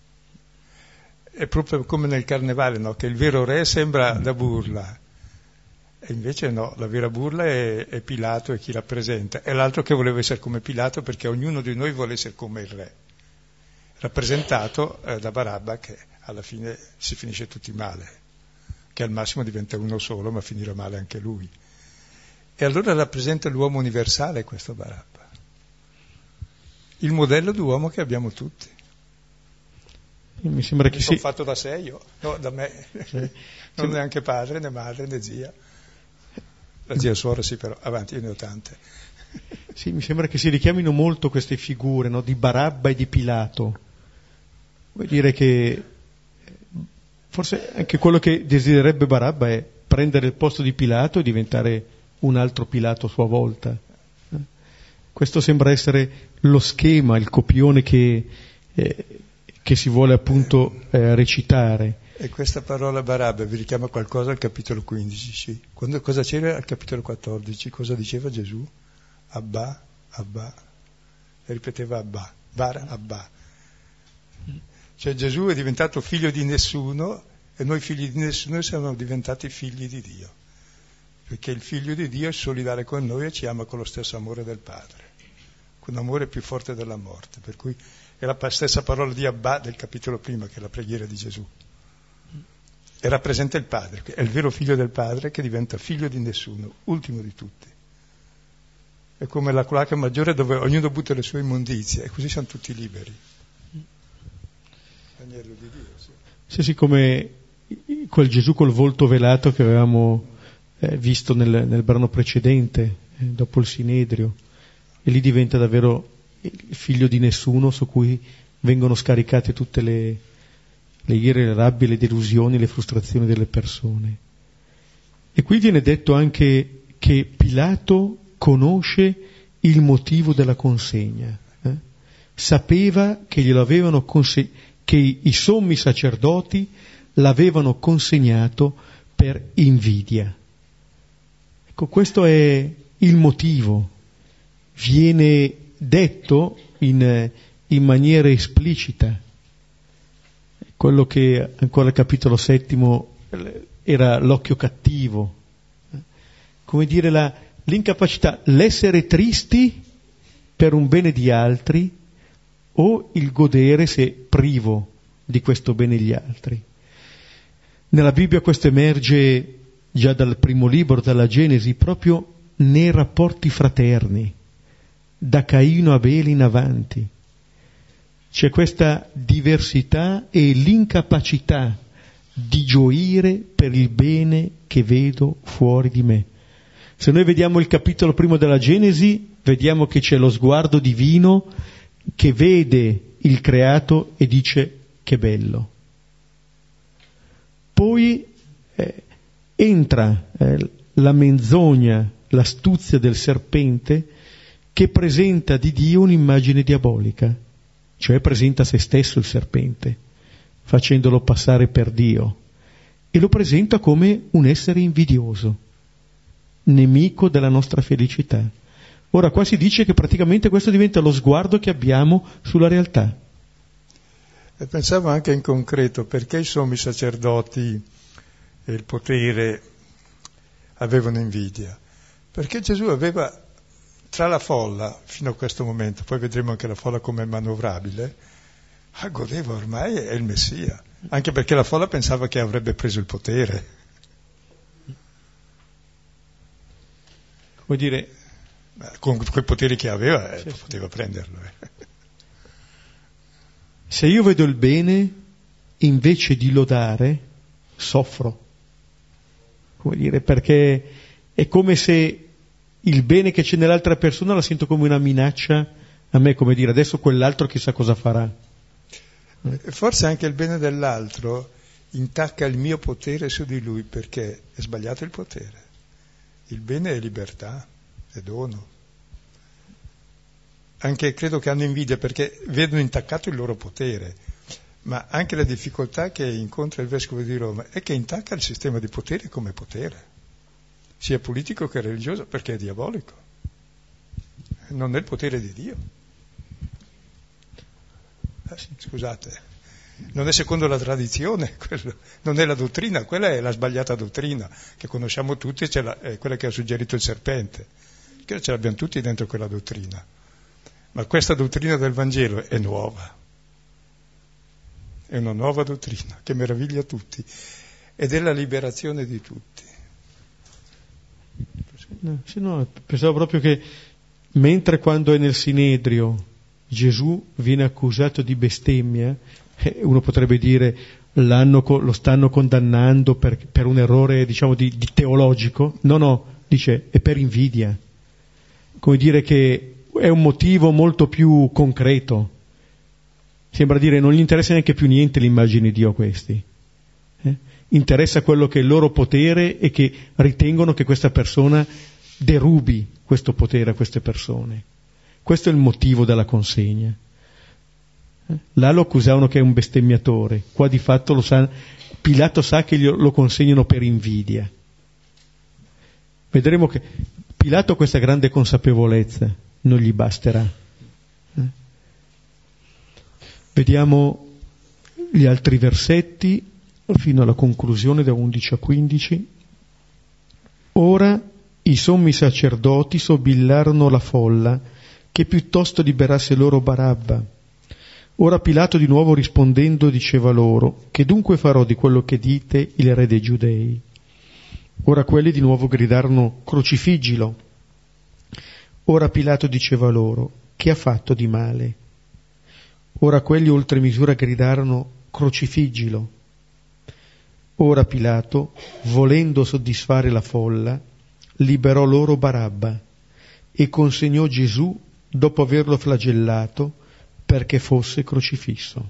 Speaker 2: È proprio come nel carnevale, no? Che il vero re sembra da burla, e invece no, la vera burla è, è Pilato e chi rappresenta, e l'altro che voleva essere come Pilato, perché ognuno di noi vuole essere come il re, rappresentato eh, da Barabba, che alla fine si finisce tutti male, che al massimo diventa uno solo, ma finirà male anche lui. E allora rappresenta l'uomo universale questo Barabba, il modello d'uomo che abbiamo tutti.
Speaker 1: Mi sembra che
Speaker 2: Mi sono
Speaker 1: sì.
Speaker 2: fatto da sé io, no, da me, sì. Non neanche padre, né madre, né zia. La zia suora sì, però avanti, io ne ho tante.
Speaker 1: Sì, mi sembra che si richiamino molto queste figure, no, di Barabba e di Pilato. Vuol dire che forse anche quello che desidererebbe Barabba è prendere il posto di Pilato e diventare un altro Pilato a sua volta. Questo sembra essere lo schema, il copione che... Eh, che si vuole appunto eh, recitare.
Speaker 2: E questa parola Barabba vi richiama qualcosa al capitolo quindici, sì. Quando, cosa c'era al capitolo quattordici? Cosa diceva Gesù? Abba, Abba. E ripeteva Abba, Bar, Abba. Cioè Gesù è diventato figlio di nessuno e noi figli di nessuno siamo diventati figli di Dio. Perché il figlio di Dio è solidale con noi e ci ama con lo stesso amore del Padre, con un amore più forte della morte. Per cui è la stessa parola di Abba del capitolo prima, che è la preghiera di Gesù. E rappresenta il Padre, è il vero figlio del Padre che diventa figlio di nessuno, ultimo di tutti. È come la cloaca maggiore dove ognuno butta le sue immondizie, e così siamo tutti liberi. Agnello di Dio, sì.
Speaker 1: Sì, sì, come quel Gesù col volto velato che avevamo eh, visto nel, nel brano precedente, eh, dopo il Sinedrio, e lì diventa davvero il figlio di nessuno, su cui vengono scaricate tutte le, le ire, le rabbie, le delusioni, le frustrazioni delle persone. E qui viene detto anche che Pilato conosce il motivo della consegna, eh? Sapeva che glielo avevano conse- che i sommi sacerdoti l'avevano consegnato per invidia. Ecco, questo è il motivo. Viene detto in, in maniera esplicita. Quello che ancora al capitolo settimo era l'occhio cattivo, come dire la, l'incapacità, l'essere tristi per un bene di altri o il godere se privo di questo bene degli altri. Nella Bibbia questo emerge già dal primo libro, dalla Genesi, proprio nei rapporti fraterni, da Caino a Abele in avanti. C'è questa diversità e l'incapacità di gioire per il bene che vedo fuori di me. Se noi vediamo il capitolo primo della Genesi, vediamo che c'è lo sguardo divino che vede il creato e dice che bello. Poi eh, entra eh, la menzogna, l'astuzia del serpente, che presenta di Dio un'immagine diabolica, cioè presenta se stesso il serpente, facendolo passare per Dio, e lo presenta come un essere invidioso, nemico della nostra felicità. Ora qua si dice che praticamente questo diventa lo sguardo che abbiamo sulla realtà.
Speaker 2: E pensavo anche in concreto, perché i sommi sacerdoti e il potere avevano invidia? Perché Gesù aveva tra la folla, fino a questo momento, poi vedremo anche la folla come manovrabile, ah, godeva ormai, è il Messia, anche perché la folla pensava che avrebbe preso il potere.
Speaker 1: Come dire,
Speaker 2: con quei poteri che aveva eh,
Speaker 1: sì,
Speaker 2: poteva prenderlo. Eh.
Speaker 1: Se io vedo il bene, invece di lodare, soffro. Come dire, perché è come se il bene che c'è nell'altra persona la sento come una minaccia a me, come dire, adesso quell'altro chissà cosa farà.
Speaker 2: Forse anche il bene dell'altro intacca il mio potere su di lui, perché è sbagliato il potere. Il bene è libertà, è dono. Anche credo che hanno invidia perché vedono intaccato il loro potere, ma anche la difficoltà che incontra il Vescovo di Roma è che intacca il sistema di potere come potere, sia politico che religioso, perché è diabolico, non è il potere di Dio. scusate, non è secondo la tradizione, quello, non è la dottrina, quella è la sbagliata dottrina che conosciamo tutti, c'è la, è quella che ha suggerito il serpente, che ce l'abbiamo tutti dentro quella dottrina, ma questa dottrina del Vangelo è nuova, è una nuova dottrina che meraviglia tutti ed è la liberazione di tutti.
Speaker 1: No, sì, no, pensavo proprio che mentre quando è nel Sinedrio Gesù viene accusato di bestemmia, eh, uno potrebbe dire l'hanno, lo stanno condannando per, per un errore, diciamo, di, di teologico. No, no, dice è per invidia. Come dire che è un motivo molto più concreto. Sembra dire non gli interessa neanche più niente l'immagine di Dio a questi. Eh? Interessa quello che è il loro potere e che ritengono che questa persona derubi questo potere a queste persone. Questo è il motivo della consegna. Eh? Là lo accusavano che è un bestemmiatore, qua di fatto lo sa, Pilato sa che glielo, lo consegnano per invidia. Vedremo che Pilato questa grande consapevolezza non gli basterà. Eh? Vediamo gli altri versetti fino alla conclusione da undici a quindici. Ora i sommi sacerdoti sobillarono la folla che piuttosto liberasse loro Barabba. Ora Pilato di nuovo rispondendo diceva loro: che dunque farò di quello che dite il re dei Giudei? Ora quelli di nuovo gridarono: crocifiggilo. Ora Pilato diceva loro: che ha fatto di male? Ora quelli oltre misura gridarono: crocifiggilo. Ora Pilato, volendo soddisfare la folla, liberò loro Barabba e consegnò Gesù dopo averlo flagellato perché fosse crocifisso.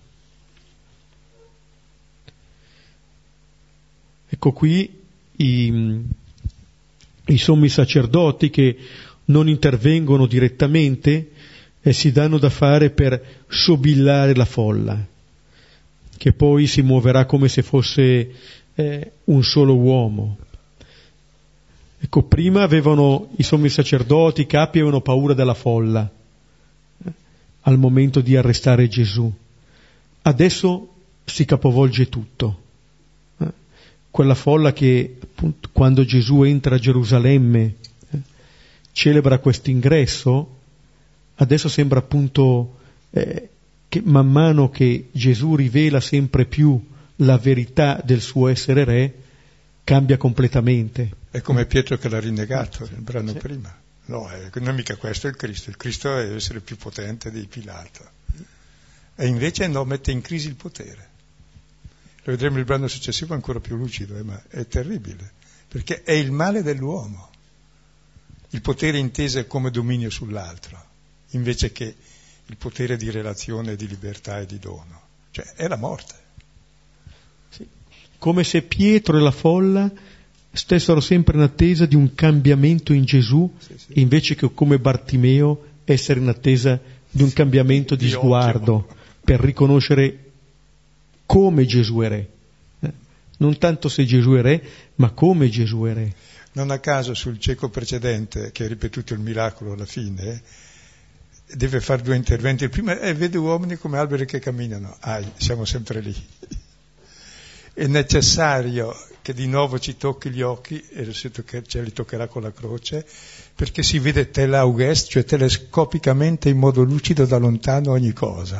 Speaker 1: Ecco qui i, i sommi sacerdoti che non intervengono direttamente e si danno da fare per sobillare la folla, che poi si muoverà come se fosse eh, un solo uomo. Ecco, prima avevano i sommi sacerdoti, i capi avevano paura della folla eh, al momento di arrestare Gesù. Adesso si capovolge tutto. Eh, quella folla che appunto, quando Gesù entra a Gerusalemme eh, celebra questo ingresso, adesso sembra appunto eh, che man mano che Gesù rivela sempre più la verità del suo essere re, cambia completamente.
Speaker 2: È come Pietro che l'ha rinnegato nel brano
Speaker 1: sì.
Speaker 2: prima. No, è, non è mica questo il Cristo. Il Cristo è essere più potente di Pilato. E invece no, mette in crisi il potere. Lo vedremo nel brano successivo ancora più lucido, eh, ma è terribile, perché è il male dell'uomo. Il potere inteso come dominio sull'altro, invece che il potere di relazione, di libertà e di dono. Cioè, è la morte.
Speaker 1: Sì. Come se Pietro e la folla stessero sempre in attesa di un cambiamento in Gesù, sì, sì. Invece che come Bartimeo essere in attesa di un cambiamento di, di sguardo occhio. Per riconoscere come Gesù è re. Eh? Non tanto se Gesù è re, ma come Gesù è re.
Speaker 2: Non a caso sul cieco precedente, che ha ripetuto il miracolo alla fine, deve fare due interventi. Il primo è vede uomini come alberi che camminano. Ah, siamo sempre lì. È necessario che di nuovo ci tocchi gli occhi, e ce li toccherà con la croce, perché si vede telauges, cioè telescopicamente in modo lucido da lontano ogni cosa.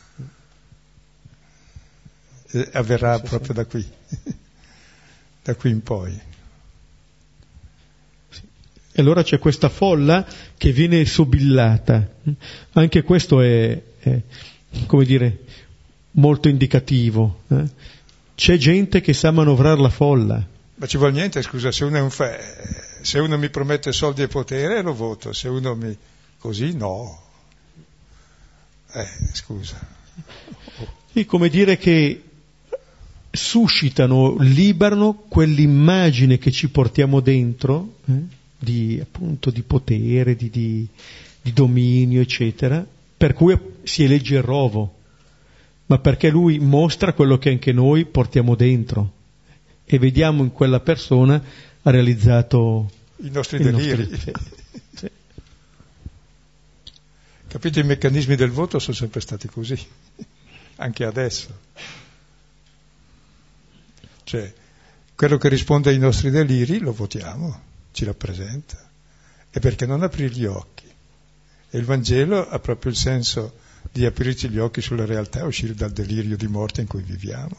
Speaker 2: E avverrà sì, proprio sì. da qui, da qui in poi.
Speaker 1: E allora c'è questa folla che viene sobillata. Anche questo è, è come dire, molto indicativo. Eh? C'è gente che sa manovrare la folla.
Speaker 2: Ma ci vuole niente, scusa, se uno è un fe... se uno mi promette soldi e potere lo voto, se uno mi... così no. Eh, scusa.
Speaker 1: È come dire che suscitano, liberano quell'immagine che ci portiamo dentro, eh? di appunto di potere, di, di, di dominio, eccetera, per cui si elegge il rovo, ma perché lui mostra quello che anche noi portiamo dentro e vediamo in quella persona ha realizzato
Speaker 2: i nostri deliri. Nostri...
Speaker 1: sì.
Speaker 2: Capite, i meccanismi del voto sono sempre stati così. anche adesso. Cioè, quello che risponde ai nostri deliri lo votiamo, ci rappresenta. E perché non aprire gli occhi? E il Vangelo ha proprio il senso di aprirci gli occhi sulla realtà e uscire dal delirio di morte in cui viviamo.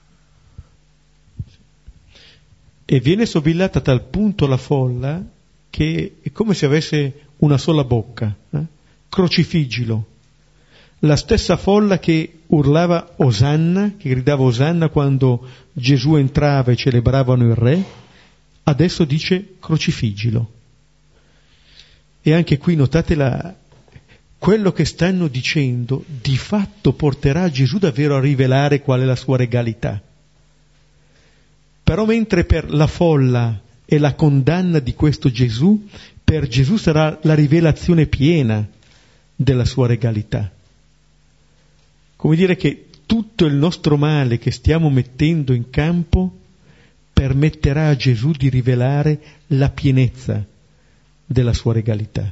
Speaker 1: E viene sobillata a tal punto la folla che è come se avesse una sola bocca. Eh? Crocifiggilo. La stessa folla che urlava Osanna, che gridava Osanna quando Gesù entrava e celebravano il Re, adesso dice crocifiggilo. E anche qui notate la, quello che stanno dicendo di fatto porterà Gesù davvero a rivelare qual è la sua regalità. Però mentre per la folla è la condanna di questo Gesù, per Gesù sarà la rivelazione piena della sua regalità. Come dire che tutto il nostro male che stiamo mettendo in campo permetterà a Gesù di rivelare la pienezza della sua regalità.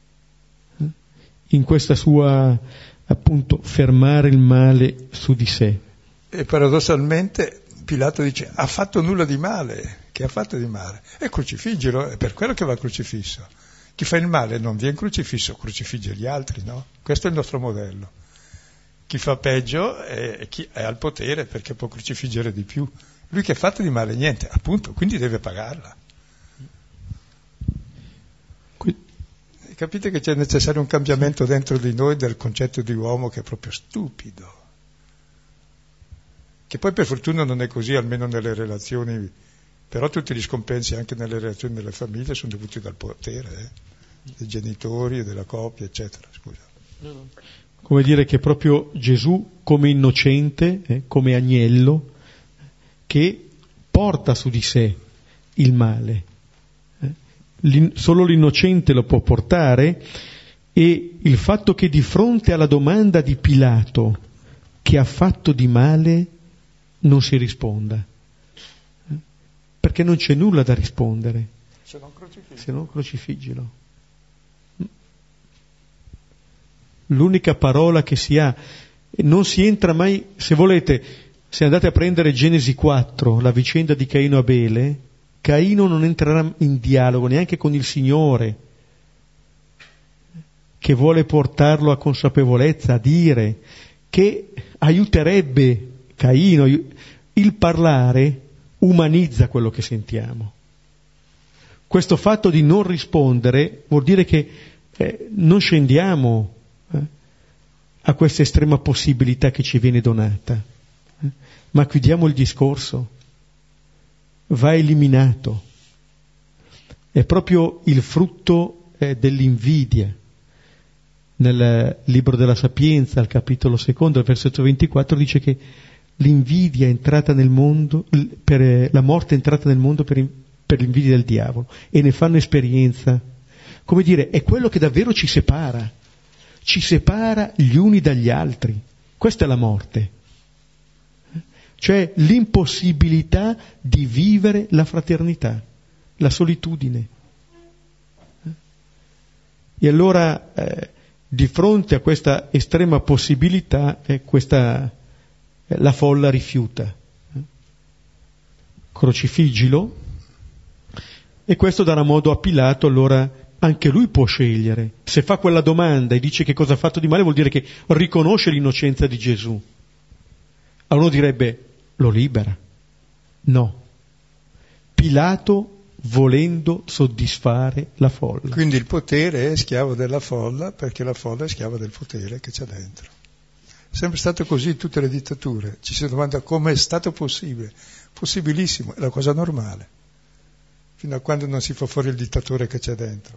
Speaker 1: In questa sua, appunto, fermare il male su di sé.
Speaker 2: E paradossalmente Pilato dice, ha fatto nulla di male. Che ha fatto di male? E crocifiggilo, è per quello che va crocifisso. Chi fa il male non viene crocifisso, crocifigge gli altri, no? Questo è il nostro modello. Chi fa peggio è, chi è al potere perché può crocifiggere di più. Lui che ha fatto di male niente, appunto, quindi deve pagarla. Capite che c'è necessario un cambiamento dentro di noi del concetto di uomo che è proprio stupido. Che poi per fortuna non è così, almeno nelle relazioni, però tutti gli scompensi anche nelle relazioni delle famiglie sono dovuti dal potere, eh? dei genitori e della coppia, eccetera. Scusa.
Speaker 1: No, no. Come dire che proprio Gesù come innocente, eh, come agnello, che porta su di sé il male. L'in- solo l'innocente lo può portare, e il fatto che di fronte alla domanda di Pilato che ha fatto di male non si risponda, perché non c'è nulla da rispondere
Speaker 2: se non crocifiggilo.
Speaker 1: Se non crocifiggilo. L'unica parola che si ha, non si entra mai, se volete, se andate a prendere Genesi quattro, la vicenda di Caino e Abele, Caino non entrerà in dialogo neanche con il Signore, che vuole portarlo a consapevolezza, a dire che aiuterebbe Caino. Il parlare umanizza quello che sentiamo. Questo fatto di non rispondere vuol dire che eh, non scendiamo eh, a questa estrema possibilità che ci viene donata, eh, ma chiudiamo il discorso. Va eliminato. È proprio il frutto eh, dell'invidia. Nel libro della Sapienza, al capitolo secondo, al versetto ventiquattro, dice che l'invidia è entrata nel mondo, per, la morte è entrata nel mondo per, per l'invidia del diavolo, e ne fanno esperienza. Come dire, è quello che davvero ci separa, ci separa gli uni dagli altri. Questa è la morte. Cioè l'impossibilità di vivere la fraternità, la solitudine. E allora, eh, di fronte a questa estrema possibilità, eh, questa, eh, la folla rifiuta. Crocifiggilo, e questo darà modo a Pilato, allora anche lui può scegliere. Se fa quella domanda e dice che cosa ha fatto di male, vuol dire che riconosce l'innocenza di Gesù. Allora uno direbbe, lo libera. No. Pilato volendo soddisfare la folla.
Speaker 2: Quindi il potere è schiavo della folla, perché la folla è schiava del potere che c'è dentro. È sempre stato così in tutte le dittature. Ci si domanda come è stato possibile. Possibilissimo, è la cosa normale. Fino a quando non si fa fuori il dittatore che c'è dentro.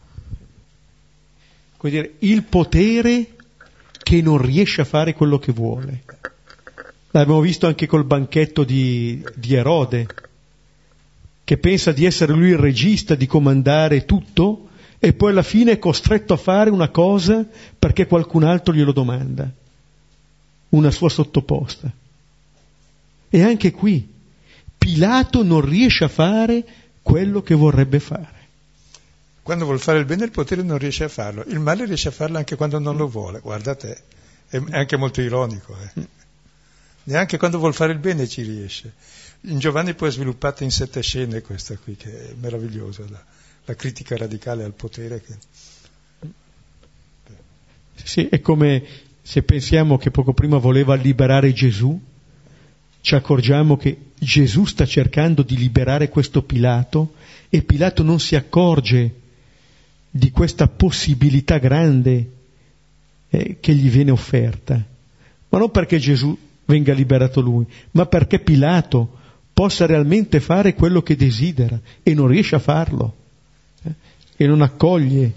Speaker 1: Come dire, il potere che non riesce a fare quello che vuole. L'abbiamo visto anche col banchetto di, di Erode, che pensa di essere lui il regista, di comandare tutto, e poi alla fine è costretto a fare una cosa perché qualcun altro glielo domanda, una sua sottoposta. E anche qui Pilato non riesce a fare quello che vorrebbe fare.
Speaker 2: Quando vuol fare il bene il potere non riesce a farlo, il male riesce a farlo anche quando non lo vuole, guarda te. È anche molto ironico, eh. Neanche quando vuol fare il bene ci riesce. In Giovanni poi è sviluppata in sette scene questa qui, che è meravigliosa, la, la critica radicale al potere. Che...
Speaker 1: Sì, è come se pensiamo che poco prima voleva liberare Gesù, ci accorgiamo che Gesù sta cercando di liberare questo Pilato e Pilato non si accorge di questa possibilità grande eh, che gli viene offerta, ma non perché Gesù venga liberato lui, ma perché Pilato possa realmente fare quello che desidera e non riesce a farlo eh, e non accoglie.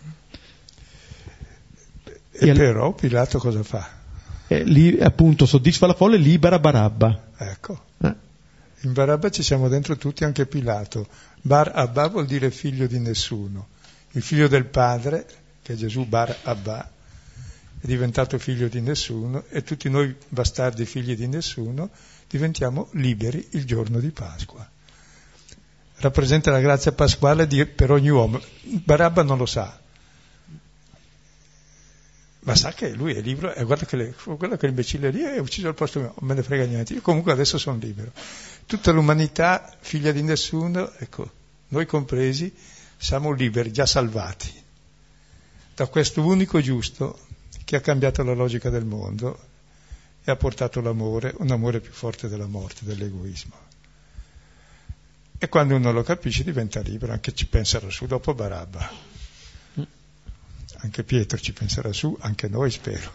Speaker 2: E, e però Pilato cosa fa?
Speaker 1: Eh, lì, appunto, soddisfa la folla e libera Barabba.
Speaker 2: Ecco, eh? In Barabba ci siamo dentro tutti, anche Pilato. Bar Abba vuol dire figlio di nessuno. Il figlio del padre, che è Gesù, Bar Abba, è diventato figlio di nessuno, e tutti noi bastardi figli di nessuno diventiamo liberi il giorno di Pasqua. Rappresenta la grazia pasquale di, per ogni uomo. Barabba non lo sa, ma sa che lui è libero, e guarda che, le, guarda che l'imbecille lì è ucciso al posto mio, non me ne frega niente, io comunque adesso sono libero. Tutta l'umanità, figlia di nessuno, ecco, noi compresi, siamo liberi, già salvati da questo unico giusto che ha cambiato la logica del mondo e ha portato l'amore, un amore più forte della morte, dell'egoismo. E quando uno lo capisce diventa libero, anche ci penserà su dopo Barabba. Anche Pietro ci penserà su, anche noi spero.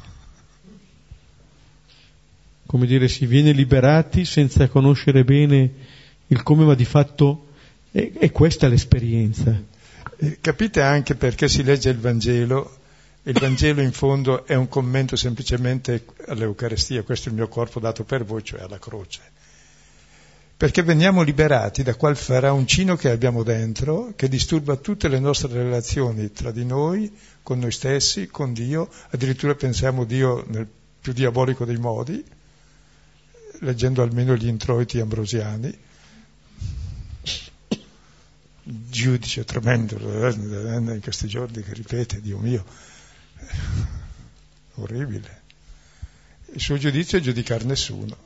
Speaker 1: Come dire, si viene liberati senza conoscere bene il come, ma di fatto è, è questa l'esperienza.
Speaker 2: Eh, capite anche perché si legge il Vangelo. Il Vangelo in fondo è un commento semplicemente all'Eucarestia, questo è il mio corpo dato per voi, cioè alla croce. Perché veniamo liberati da quel faraoncino che abbiamo dentro, che disturba tutte le nostre relazioni tra di noi, con noi stessi, con Dio, addirittura pensiamo Dio nel più diabolico dei modi, leggendo almeno gli introiti ambrosiani. Giudice tremendo in questi giorni che ripete, Dio mio, orribile. Il suo giudizio è giudicare nessuno.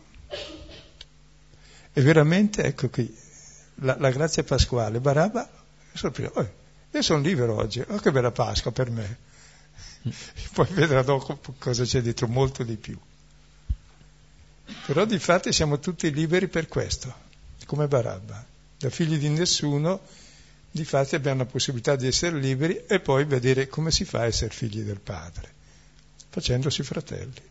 Speaker 2: E veramente, ecco qui, la, la grazia pasquale, Barabba, oh, io sono libero oggi, oh che bella Pasqua per me. Poi vedrà dopo cosa c'è dietro, molto di più. Però di fatto siamo tutti liberi per questo, come Barabba. Da figli di nessuno, di fatto abbiamo la possibilità di essere liberi e poi vedere come si fa a essere figli del Padre, facendosi fratelli.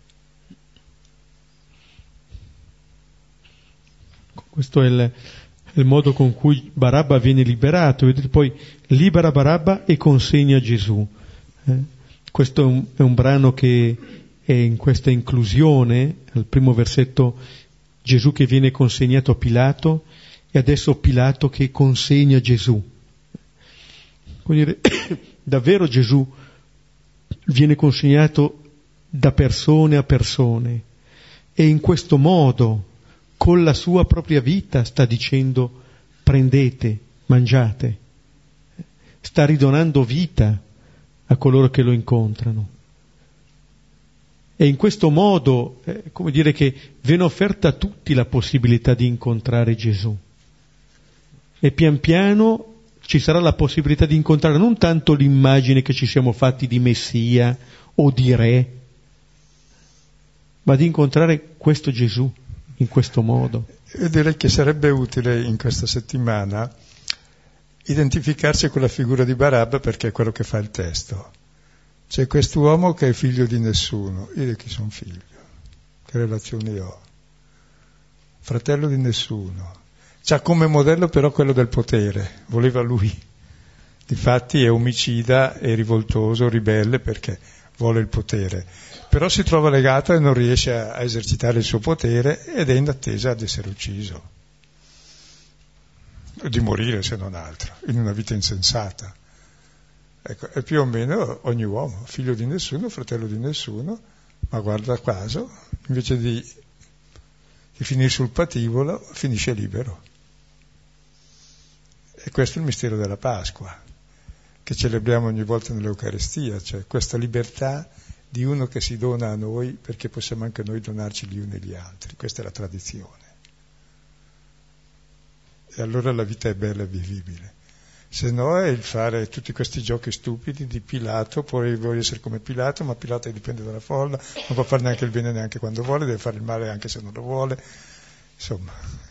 Speaker 1: Questo è il, il modo con cui Barabba viene liberato. Vedete, poi libera Barabba e consegna Gesù. Eh? Questo è un, è un brano che è in questa inclusione, al primo versetto Gesù che viene consegnato a Pilato e adesso Pilato che consegna Gesù. Vuol dire, davvero Gesù viene consegnato da persone a persone e in questo modo con la sua propria vita sta dicendo prendete, mangiate, sta ridonando vita a coloro che lo incontrano. E in questo modo, eh, come dire che viene offerta a tutti la possibilità di incontrare Gesù. E pian piano ci sarà la possibilità di incontrare non tanto l'immagine che ci siamo fatti di Messia o di Re, ma di incontrare questo Gesù. In questo modo.
Speaker 2: Io direi che sarebbe utile in questa settimana identificarsi con la figura di Barabba, perché è quello che fa il testo. C'è quest'uomo che è figlio di nessuno. Io di chi sono figlio? Che relazioni ho? Fratello di nessuno. C'ha come modello però quello del potere. Voleva lui. Difatti è omicida, è rivoltoso, ribelle perché vuole il potere. Però si trova legato e non riesce a, a esercitare il suo potere ed è in attesa di essere ucciso, o di morire se non altro, in una vita insensata. Ecco, è più o meno ogni uomo, figlio di nessuno, fratello di nessuno, ma guarda caso, invece di, di finire sul patibolo, finisce libero. E questo è il mistero della Pasqua, che celebriamo ogni volta nell'Eucarestia, cioè questa libertà di uno che si dona a noi perché possiamo anche noi donarci gli uni agli altri. Questa è la tradizione. E allora la vita è bella e vivibile. Se no è il fare tutti questi giochi stupidi di Pilato, poi voglio essere come Pilato, ma Pilato dipende dalla folla, non può fare neanche il bene neanche quando vuole, deve fare il male anche se non lo vuole, insomma.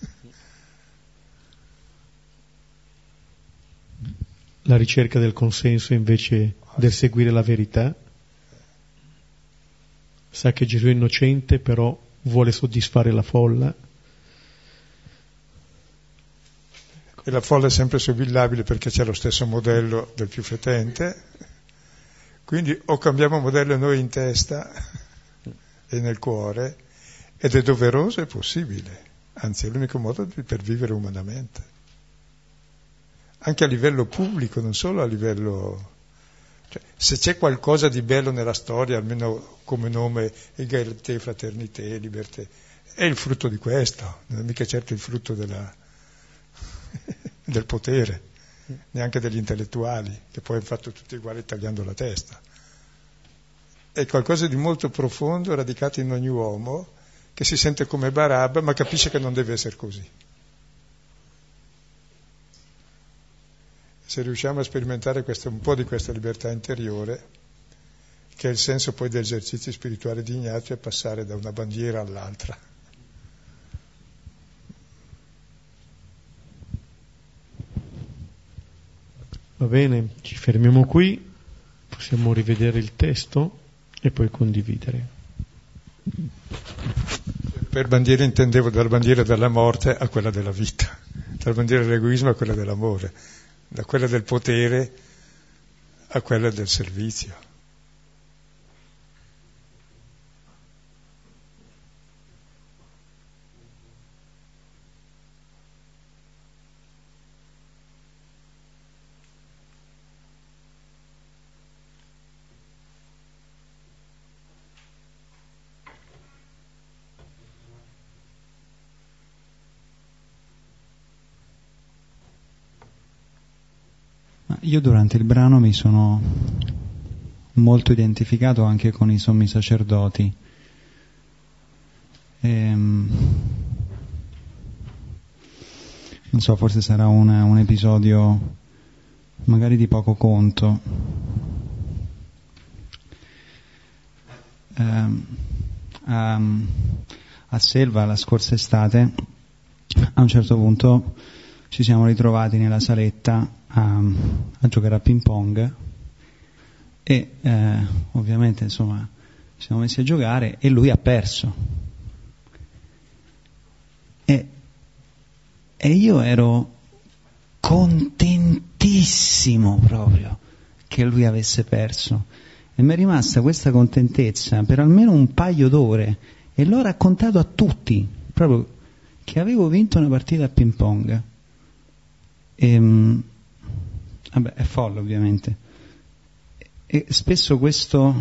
Speaker 1: La ricerca del consenso invece del seguire la verità. Sa che Gesù è innocente, però vuole soddisfare la folla.
Speaker 2: E la folla è sempre sobillabile perché c'è lo stesso modello del più fetente, quindi o cambiamo modello noi in testa e nel cuore, ed è doveroso e possibile, anzi è l'unico modo per vivere umanamente, anche a livello pubblico, non solo a livello... Cioè, se c'è qualcosa di bello nella storia, almeno come nome egalità, fraternità, libertà, è il frutto di questo, non è mica certo il frutto della... del potere, neanche degli intellettuali, che poi hanno fatto tutti uguali tagliando la testa. È qualcosa di molto profondo, radicato in ogni uomo, che si sente come Barabba, ma capisce che non deve essere così. Se riusciamo a sperimentare questo, un po' di questa libertà interiore, che è il senso poi degli esercizi spirituali di Ignazio, è passare da una bandiera all'altra.
Speaker 1: Va bene, ci fermiamo qui, possiamo rivedere il testo e poi condividere.
Speaker 2: Per bandiera intendevo dalla bandiera della morte a quella della vita, dalla bandiera dell'egoismo a quella dell'amore, da quella del potere a quella del servizio.
Speaker 3: Io durante il brano mi sono molto identificato anche con i sommi sacerdoti. Ehm, non so, forse sarà un, un episodio magari di poco conto. Ehm, a, a Selva la scorsa estate, a un certo punto ci siamo ritrovati nella saletta a, a giocare a ping pong e eh, ovviamente insomma ci siamo messi a giocare e lui ha perso e, e io ero contentissimo proprio che lui avesse perso e mi è rimasta questa contentezza per almeno un paio d'ore e l'ho raccontato a tutti proprio che avevo vinto una partita a ping pong. E, vabbè, è folle ovviamente. E spesso questo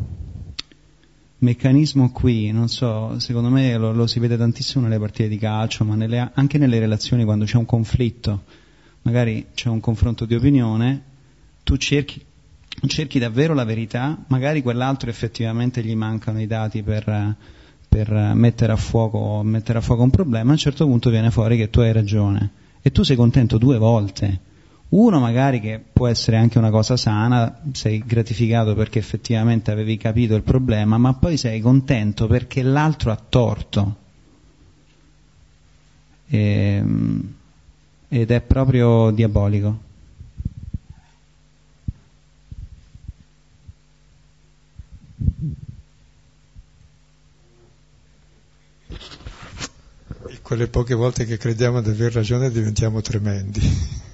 Speaker 3: meccanismo qui, non so, secondo me lo, lo si vede tantissimo nelle partite di calcio, ma nelle, anche nelle relazioni quando c'è un conflitto, magari c'è un confronto di opinione, tu cerchi, cerchi davvero la verità, magari quell'altro effettivamente gli mancano i dati per, per mettere a fuoco, mettere a fuoco un problema, a un certo punto viene fuori che tu hai ragione. E tu sei contento due volte. Uno magari che può essere anche una cosa sana, sei gratificato perché effettivamente avevi capito il problema, ma poi sei contento perché l'altro ha torto. E, ed è proprio diabolico.
Speaker 2: Quelle poche volte che crediamo di aver ragione diventiamo tremendi.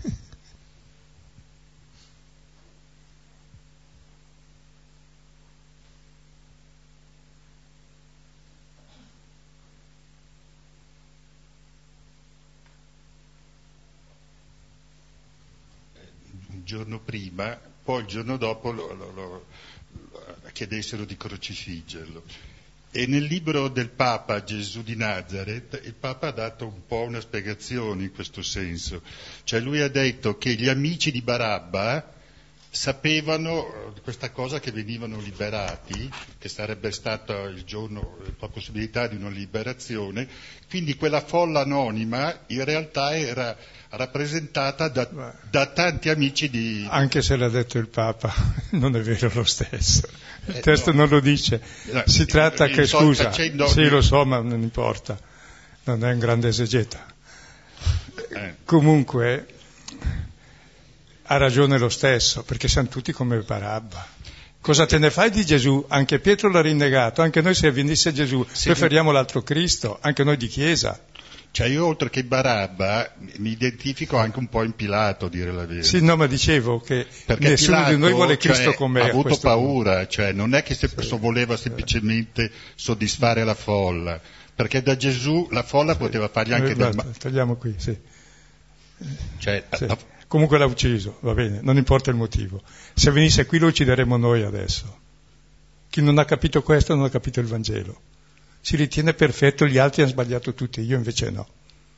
Speaker 4: Un giorno prima, poi il giorno dopo lo, lo, lo, chiedessero di crocifiggerlo. E nel libro del Papa Gesù di Nazareth, il Papa ha dato un po' una spiegazione in questo senso. Cioè lui ha detto che gli amici di Barabba sapevano di questa cosa, che venivano liberati, che sarebbe stato il giorno, la possibilità di una liberazione, quindi quella folla anonima in realtà era rappresentata da, da tanti amici di...
Speaker 2: Anche se l'ha detto il Papa, non è vero lo stesso. Il
Speaker 4: eh,
Speaker 2: testo
Speaker 4: no.
Speaker 2: non lo dice.
Speaker 4: No,
Speaker 2: si tratta che, scusa,
Speaker 4: facendo...
Speaker 2: sì lo so, ma non importa, non è un grande esegeta.
Speaker 4: Eh.
Speaker 2: Comunque ha ragione lo stesso, perché siamo tutti come Barabba. Cosa te ne fai di Gesù? Anche Pietro l'ha rinnegato, anche noi se venisse Gesù
Speaker 4: sì,
Speaker 2: preferiamo l'altro Cristo, anche noi di Chiesa.
Speaker 4: Cioè io oltre che Barabba mi identifico anche un po' in Pilato, a dire la verità.
Speaker 2: Sì, no, ma dicevo che
Speaker 4: perché
Speaker 2: nessuno
Speaker 4: Pilato,
Speaker 2: di noi vuole Cristo
Speaker 4: cioè,
Speaker 2: come
Speaker 4: ha
Speaker 2: a
Speaker 4: avuto
Speaker 2: questo
Speaker 4: paura,
Speaker 2: punto.
Speaker 4: Cioè non è che se sì. voleva semplicemente soddisfare la folla, perché da Gesù la folla sì. poteva fargli anche del male.
Speaker 2: Tagliamo qui, sì.
Speaker 4: Cioè,
Speaker 2: sì.
Speaker 4: a...
Speaker 2: Comunque l'ha ucciso, va bene, non importa il motivo. Se venisse qui lo uccideremo noi adesso. Chi non ha capito questo non ha capito il Vangelo. Si ritiene perfetto, gli altri hanno sbagliato tutti, io invece no.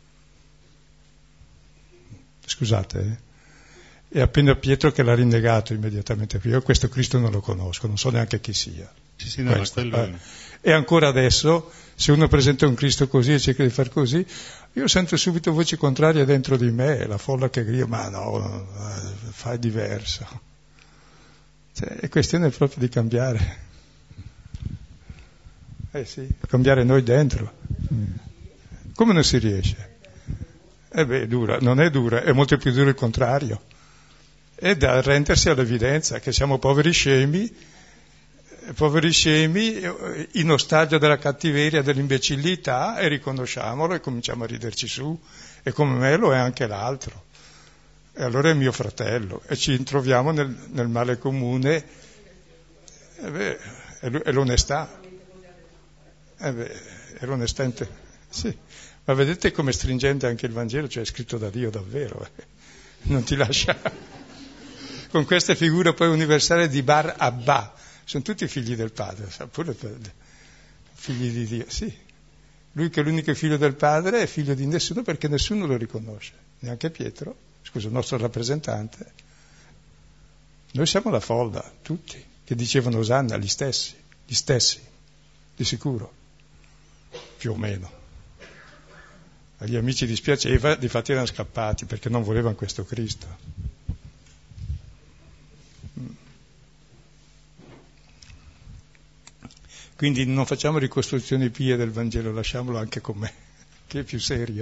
Speaker 2: Scusate, eh? È appena Pietro che l'ha rinnegato immediatamente. Io questo Cristo non lo conosco, non so neanche chi sia.
Speaker 4: Sì, sì, no,
Speaker 2: questo,
Speaker 4: quello...
Speaker 2: eh. E ancora adesso, se uno presenta un Cristo così e cerca di far così, io sento subito voci contrarie dentro di me, la folla che grida, ma no, no fai diverso. Cioè, è questione proprio di cambiare. Eh sì, cambiare noi dentro. Come non si riesce? Eh beh, è dura, non è dura, è molto più duro il contrario. È da arrendersi all'evidenza che siamo poveri scemi, poveri scemi in ostaggio della cattiveria, dell'imbecillità, e riconosciamolo e cominciamo a riderci su. E come me lo è anche l'altro. E allora è mio fratello. E ci troviamo nel, nel male comune. Eh beh, è l'onestà. Eh beh, è l'onestà. Inte- sì. Ma vedete com'è stringente anche il Vangelo, cioè è scritto da Dio davvero. Eh. Non ti lascia... Con queste figure poi universali di Bar Abba. Sono tutti figli del Padre, pure figli di Dio, sì. Lui che è l'unico figlio del Padre è figlio di nessuno perché nessuno lo riconosce, neanche Pietro, scusa, il nostro rappresentante. Noi siamo la folla, tutti, che dicevano Osanna, gli stessi, gli stessi, di sicuro, più o meno. Agli amici dispiaceva, difatti erano scappati perché non volevano questo Cristo. Quindi non facciamo ricostruzioni pie del Vangelo, lasciamolo anche con me, che è più serio.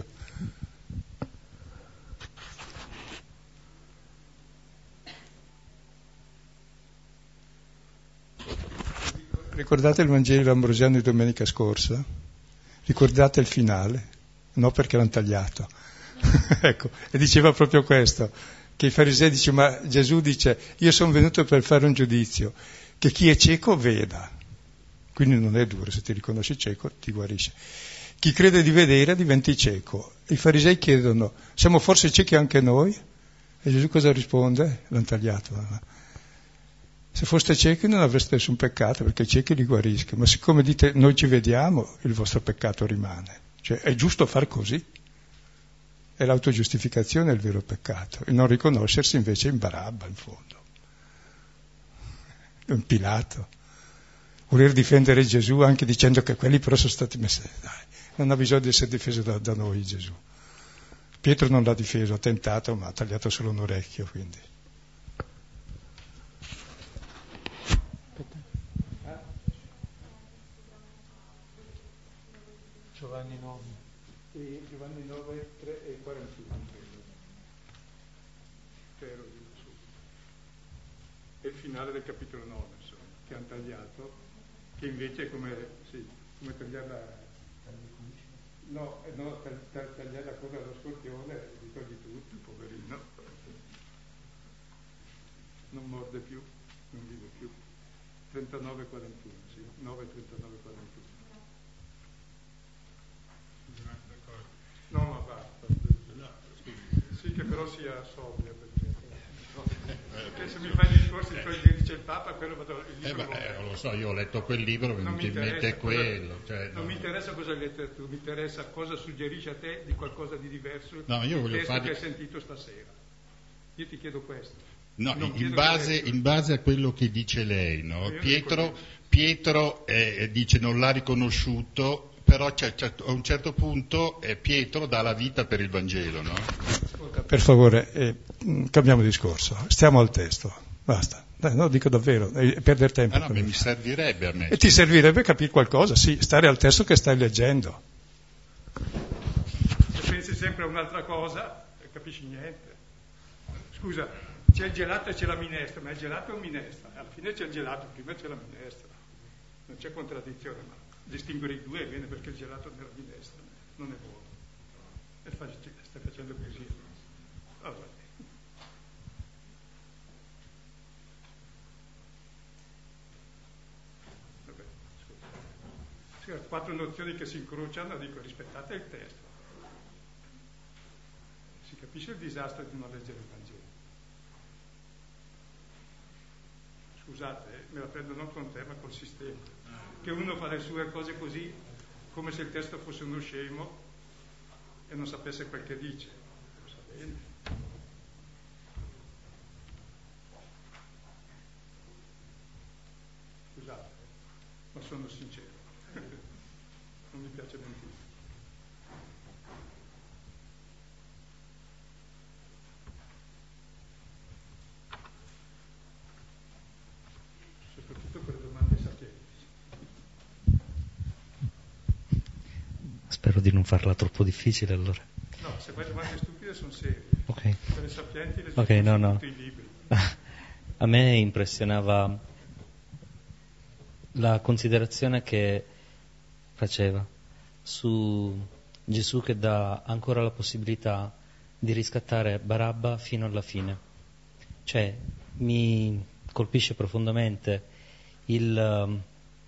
Speaker 2: Ricordate il Vangelo ambrosiano di domenica scorsa? Ricordate il finale? No, perché l'hanno tagliato. Ecco, e diceva proprio questo, che i farisei dice, ma Gesù dice, io sono venuto per fare un giudizio, che chi è cieco veda. Quindi non è duro, se ti riconosci cieco ti guarisce. Chi crede di vedere diventi cieco. I farisei chiedono, siamo forse ciechi anche noi? E Gesù cosa risponde? L'hanno tagliato. Se foste ciechi non avreste nessun peccato, perché i ciechi li guarisca. Ma siccome dite noi ci vediamo, il vostro peccato rimane. Cioè è giusto far così. E l'autogiustificazione è il vero peccato. Il non riconoscersi invece è in Barabba, in fondo. È un Pilato. Voler difendere Gesù anche dicendo che quelli però sono stati messi. Dai, non ha bisogno di essere difeso da, da noi Gesù. Pietro non l'ha difeso, ha tentato, ma ha tagliato solo un orecchio, quindi. Giovanni nove. E Giovanni nove, tre e quarantuno, credo. Spero di su. È il finale del capitolo nove, insomma, che hanno tagliato. Che invece è come, sì, come tagliare la, no, no, tagliare la coda allo scorpione, li togli tutti, poverino. Non morde più, non vive più. trentanove quarantuno, sì, nove trentanove quarantuno. No, ma basta. No, sì, che però sia sobria perché. Perché se mi fai discorsi che dice il Papa, quello vado il libro.
Speaker 4: Eh, beh, non lo so, io ho letto quel libro, mi viene in mente quello. Cioè,
Speaker 2: non no. mi interessa cosa hai letto tu, mi interessa cosa suggerisce a te di qualcosa di diverso
Speaker 4: no, io voglio
Speaker 2: testo
Speaker 4: fargli...
Speaker 2: che hai sentito stasera. Io ti chiedo questo.
Speaker 4: No, in base, in base a quello che dice lei, no? Pietro, Pietro eh, dice non l'ha riconosciuto, però c'è, c'è, a un certo punto eh, Pietro dà la vita per il Vangelo, no?
Speaker 2: Per favore, eh, cambiamo discorso, stiamo al testo, basta. Dai, no, dico davvero, eh, perdere tempo.
Speaker 4: Ah, no, mi servirebbe a me.
Speaker 2: E ti servirebbe capire qualcosa, sì, stare al testo che stai leggendo.
Speaker 5: Se pensi sempre a un'altra cosa, non capisci niente. Scusa, c'è il gelato e c'è la minestra, ma il gelato è un minestra, alla fine c'è il gelato, prima c'è la minestra. Non c'è contraddizione, ma distinguere i due viene perché il gelato nella minestra non è buono. E stai facendo così. Allora. Vabbè, scusa. Quattro nozioni che si incrociano, dico rispettate il testo. Si capisce il disastro di non leggere il Vangelo. Scusate, eh, me la prendo non con te ma col sistema, che uno fa le sue cose così come se il testo fosse uno scemo e non sapesse quel che dice. Lo sa bene. Scusate, ma sono sincero, non mi piace mentire. Soprattutto per domande sapienti.
Speaker 6: Spero di non farla troppo difficile allora.
Speaker 5: No, se fai domande stupide sono serie.
Speaker 6: Ok.
Speaker 5: Quelle sapienti le
Speaker 6: Ok, no, no.
Speaker 5: tutti i libri.
Speaker 6: A me impressionava la considerazione che faceva su Gesù che dà ancora la possibilità di riscattare Barabba fino alla fine. Cioè, mi colpisce profondamente il,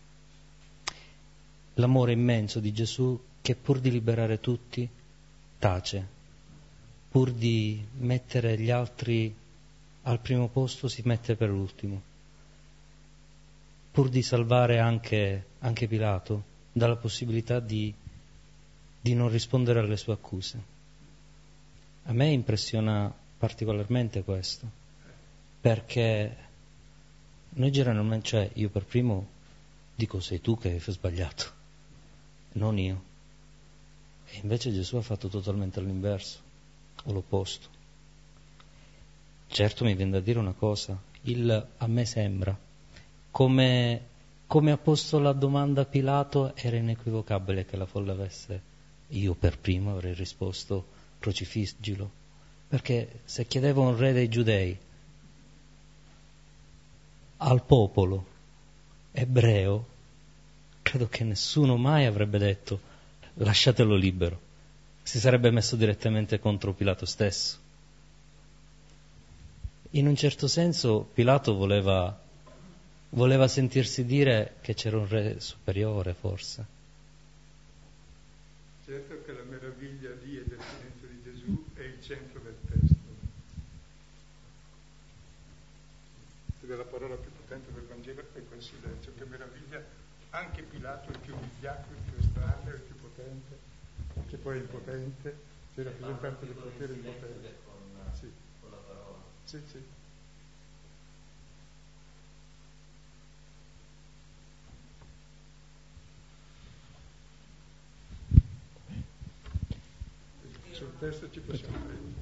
Speaker 6: l'amore immenso di Gesù che pur di liberare tutti tace, pur di mettere gli altri al primo posto si mette per l'ultimo, pur di salvare anche, anche Pilato dalla possibilità di, di non rispondere alle sue accuse. A me impressiona particolarmente questo, perché noi generalmente, cioè io per primo dico sei tu che hai sbagliato, non io. E invece Gesù ha fatto totalmente all'inverso, o l'opposto. Certo mi viene da dire una cosa, il a me sembra, come, come ha posto la domanda a Pilato era inequivocabile che la folla avesse, io per primo avrei risposto crocifiggilo, perché se chiedeva un re dei giudei al popolo ebreo, credo che nessuno mai avrebbe detto lasciatelo libero, si sarebbe messo direttamente contro Pilato stesso. In un certo senso Pilato voleva, voleva sentirsi dire che c'era un re superiore, forse.
Speaker 5: Certo che la meraviglia lì e del silenzio di Gesù è il centro del testo. Ed è la parola più potente del Vangelo è quel silenzio che meraviglia anche Pilato, il più vigliacco, il più estraneo, il più potente, che poi è impotente, c'è il rappresentante del potere impotente. Sì. Con la parola. Sì, sì. Sul testo ci possiamo prendere.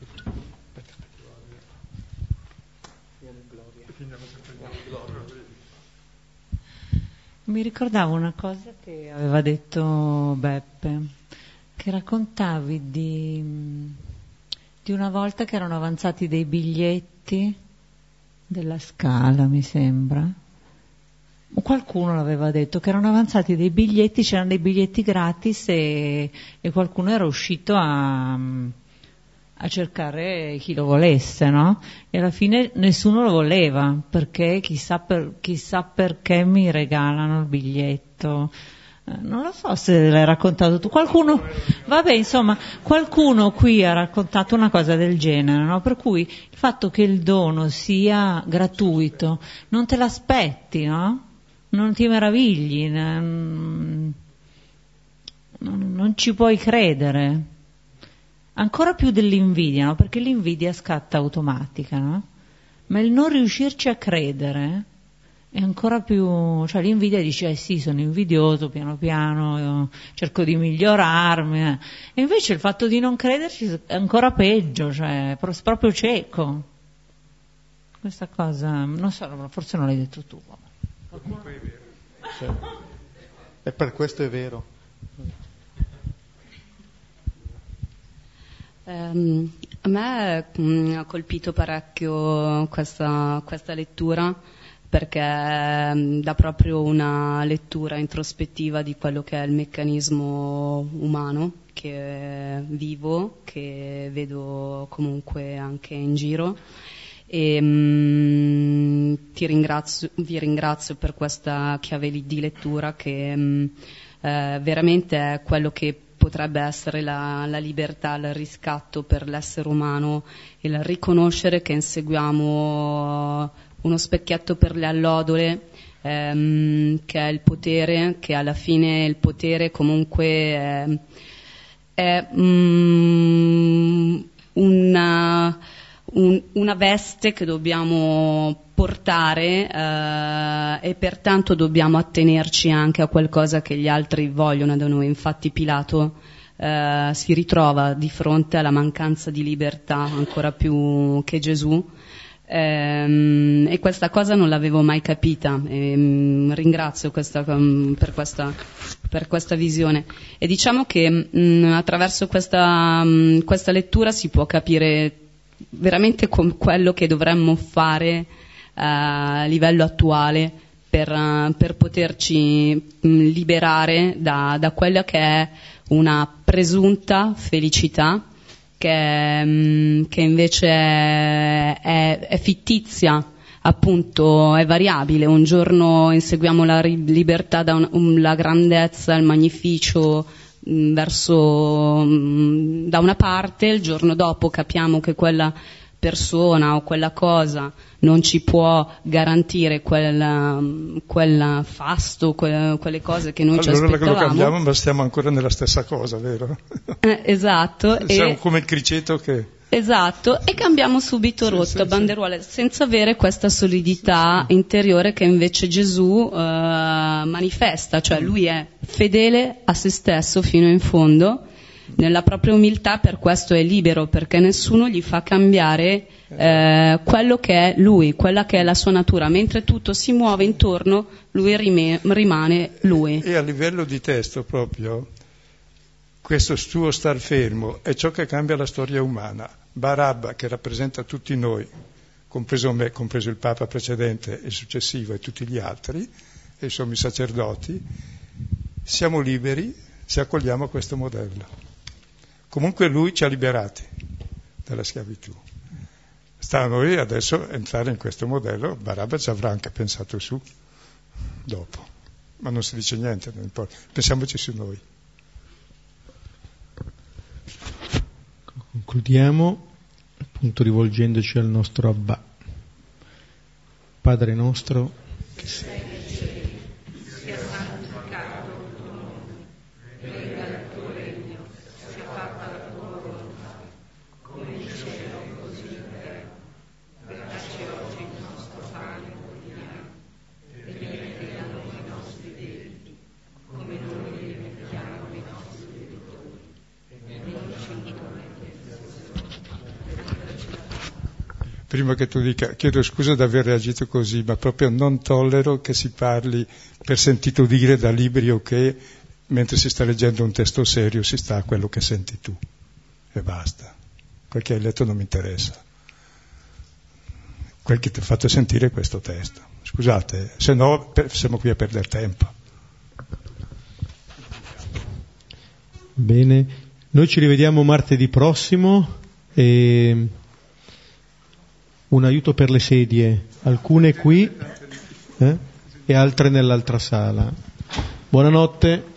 Speaker 7: Mi ricordavo una cosa che aveva detto Beppe, che raccontavi di, di una volta che erano avanzati dei biglietti della Scala, mi sembra, o qualcuno l'aveva detto, che erano avanzati dei biglietti, c'erano dei biglietti gratis e, e qualcuno era uscito a, a cercare chi lo volesse, no? E alla fine nessuno lo voleva, perché chissà, per, chissà perché mi regalano il biglietto. Eh, non lo so se l'hai raccontato tu. Qualcuno, vabbè, insomma, qualcuno qui ha raccontato una cosa del genere, no? Per cui il fatto che il dono sia gratuito, non te l'aspetti, no? Non ti meravigli, non, non ci puoi credere. Ancora più dell'invidia, no? Perché l'invidia scatta automatica, no? ma il non riuscirci a credere è ancora più, cioè l'invidia dice eh sì, sono invidioso, piano piano cerco di migliorarmi, eh. E invece il fatto di non crederci è ancora peggio, cioè è proprio cieco. Questa cosa, non so, forse non l'hai detto tu.
Speaker 1: Comunque è vero. Cioè, e per questo è vero.
Speaker 8: Um, a me mh, ha colpito parecchio questa, questa lettura, perché mh, dà proprio una lettura introspettiva di quello che è il meccanismo umano che vivo, che vedo comunque anche in giro. E mh, ti ringrazio, vi ringrazio per questa chiave di lettura che mh, eh, veramente è quello che potrebbe essere la, la libertà, il riscatto per l'essere umano, il riconoscere che inseguiamo uno specchietto per le allodole, ehm, che è il potere, che alla fine il potere comunque è, è mm, una, un, una veste che dobbiamo portare eh, e pertanto dobbiamo attenerci anche a qualcosa che gli altri vogliono da noi. Infatti Pilato eh, si ritrova di fronte alla mancanza di libertà ancora più che Gesù, ehm, e questa cosa non l'avevo mai capita, e, mh, ringrazio questa, um, per, questa, per questa visione. E diciamo che mh, attraverso questa, mh, questa lettura si può capire veramente com- quello che dovremmo fare a livello attuale per, uh, per poterci mh, liberare da, da quella che è una presunta felicità che, mh, che invece è, è, è fittizia, appunto è variabile. Un giorno inseguiamo la ri- libertà, da un, un, la grandezza, il magnificio mh, verso mh, da una parte, il giorno dopo capiamo che quella persona o quella cosa non ci può garantire quel, quel fasto, quelle, quelle cose che noi
Speaker 2: allora,
Speaker 8: ci aspettavamo.
Speaker 2: Allora lo cambiamo, ma stiamo ancora nella stessa cosa, vero?
Speaker 8: Eh, esatto.
Speaker 2: Siamo
Speaker 8: e,
Speaker 2: come il criceto che...
Speaker 8: Esatto, e cambiamo subito
Speaker 2: sì,
Speaker 8: rotta,
Speaker 2: sì,
Speaker 8: banderuole, sì. senza avere questa solidità sì, sì. interiore che invece Gesù uh, manifesta, cioè lui è fedele a se stesso fino in fondo, nella propria umiltà, per questo è libero, perché nessuno gli fa cambiare eh, quello che è lui, quella che è la sua natura, mentre tutto si muove intorno, lui rime, rimane lui.
Speaker 2: E a livello di testo proprio, questo suo star fermo è ciò che cambia la storia umana. Barabba, che rappresenta tutti noi, compreso me, compreso il Papa precedente e successivo e tutti gli altri, e insomma i sacerdoti, siamo liberi se accogliamo questo modello. Comunque lui ci ha liberati dalla schiavitù. Sta a noi adesso entrare in questo modello. Barabba ci avrà anche pensato su dopo, ma non si dice niente, non importa. Pensiamoci su noi.
Speaker 1: Concludiamo appunto rivolgendoci al nostro Abba. Padre nostro che sei nei cieli, sia santificato il tuo nome, venga il tuo regno, sia fatta la tua volontà, come in cielo così in terra. Dacci oggi il nostro pane quotidiano e rimetti a noi i nostri debiti, come noi li rimettiamo ai nostri debitori, e non ci indurre in Prima che tu dica, chiedo scusa di aver reagito così, ma proprio non tollero che si parli per sentito dire da libri o che, mentre si sta leggendo un testo serio, si sta a quello che senti tu. E basta. Quel che hai letto non mi interessa. Quel che ti ha fatto sentire è questo testo. Scusate, se no per, siamo qui a perdere tempo. Bene, noi ci rivediamo martedì prossimo e... un aiuto per le sedie, alcune qui eh, e altre nell'altra sala. Buonanotte.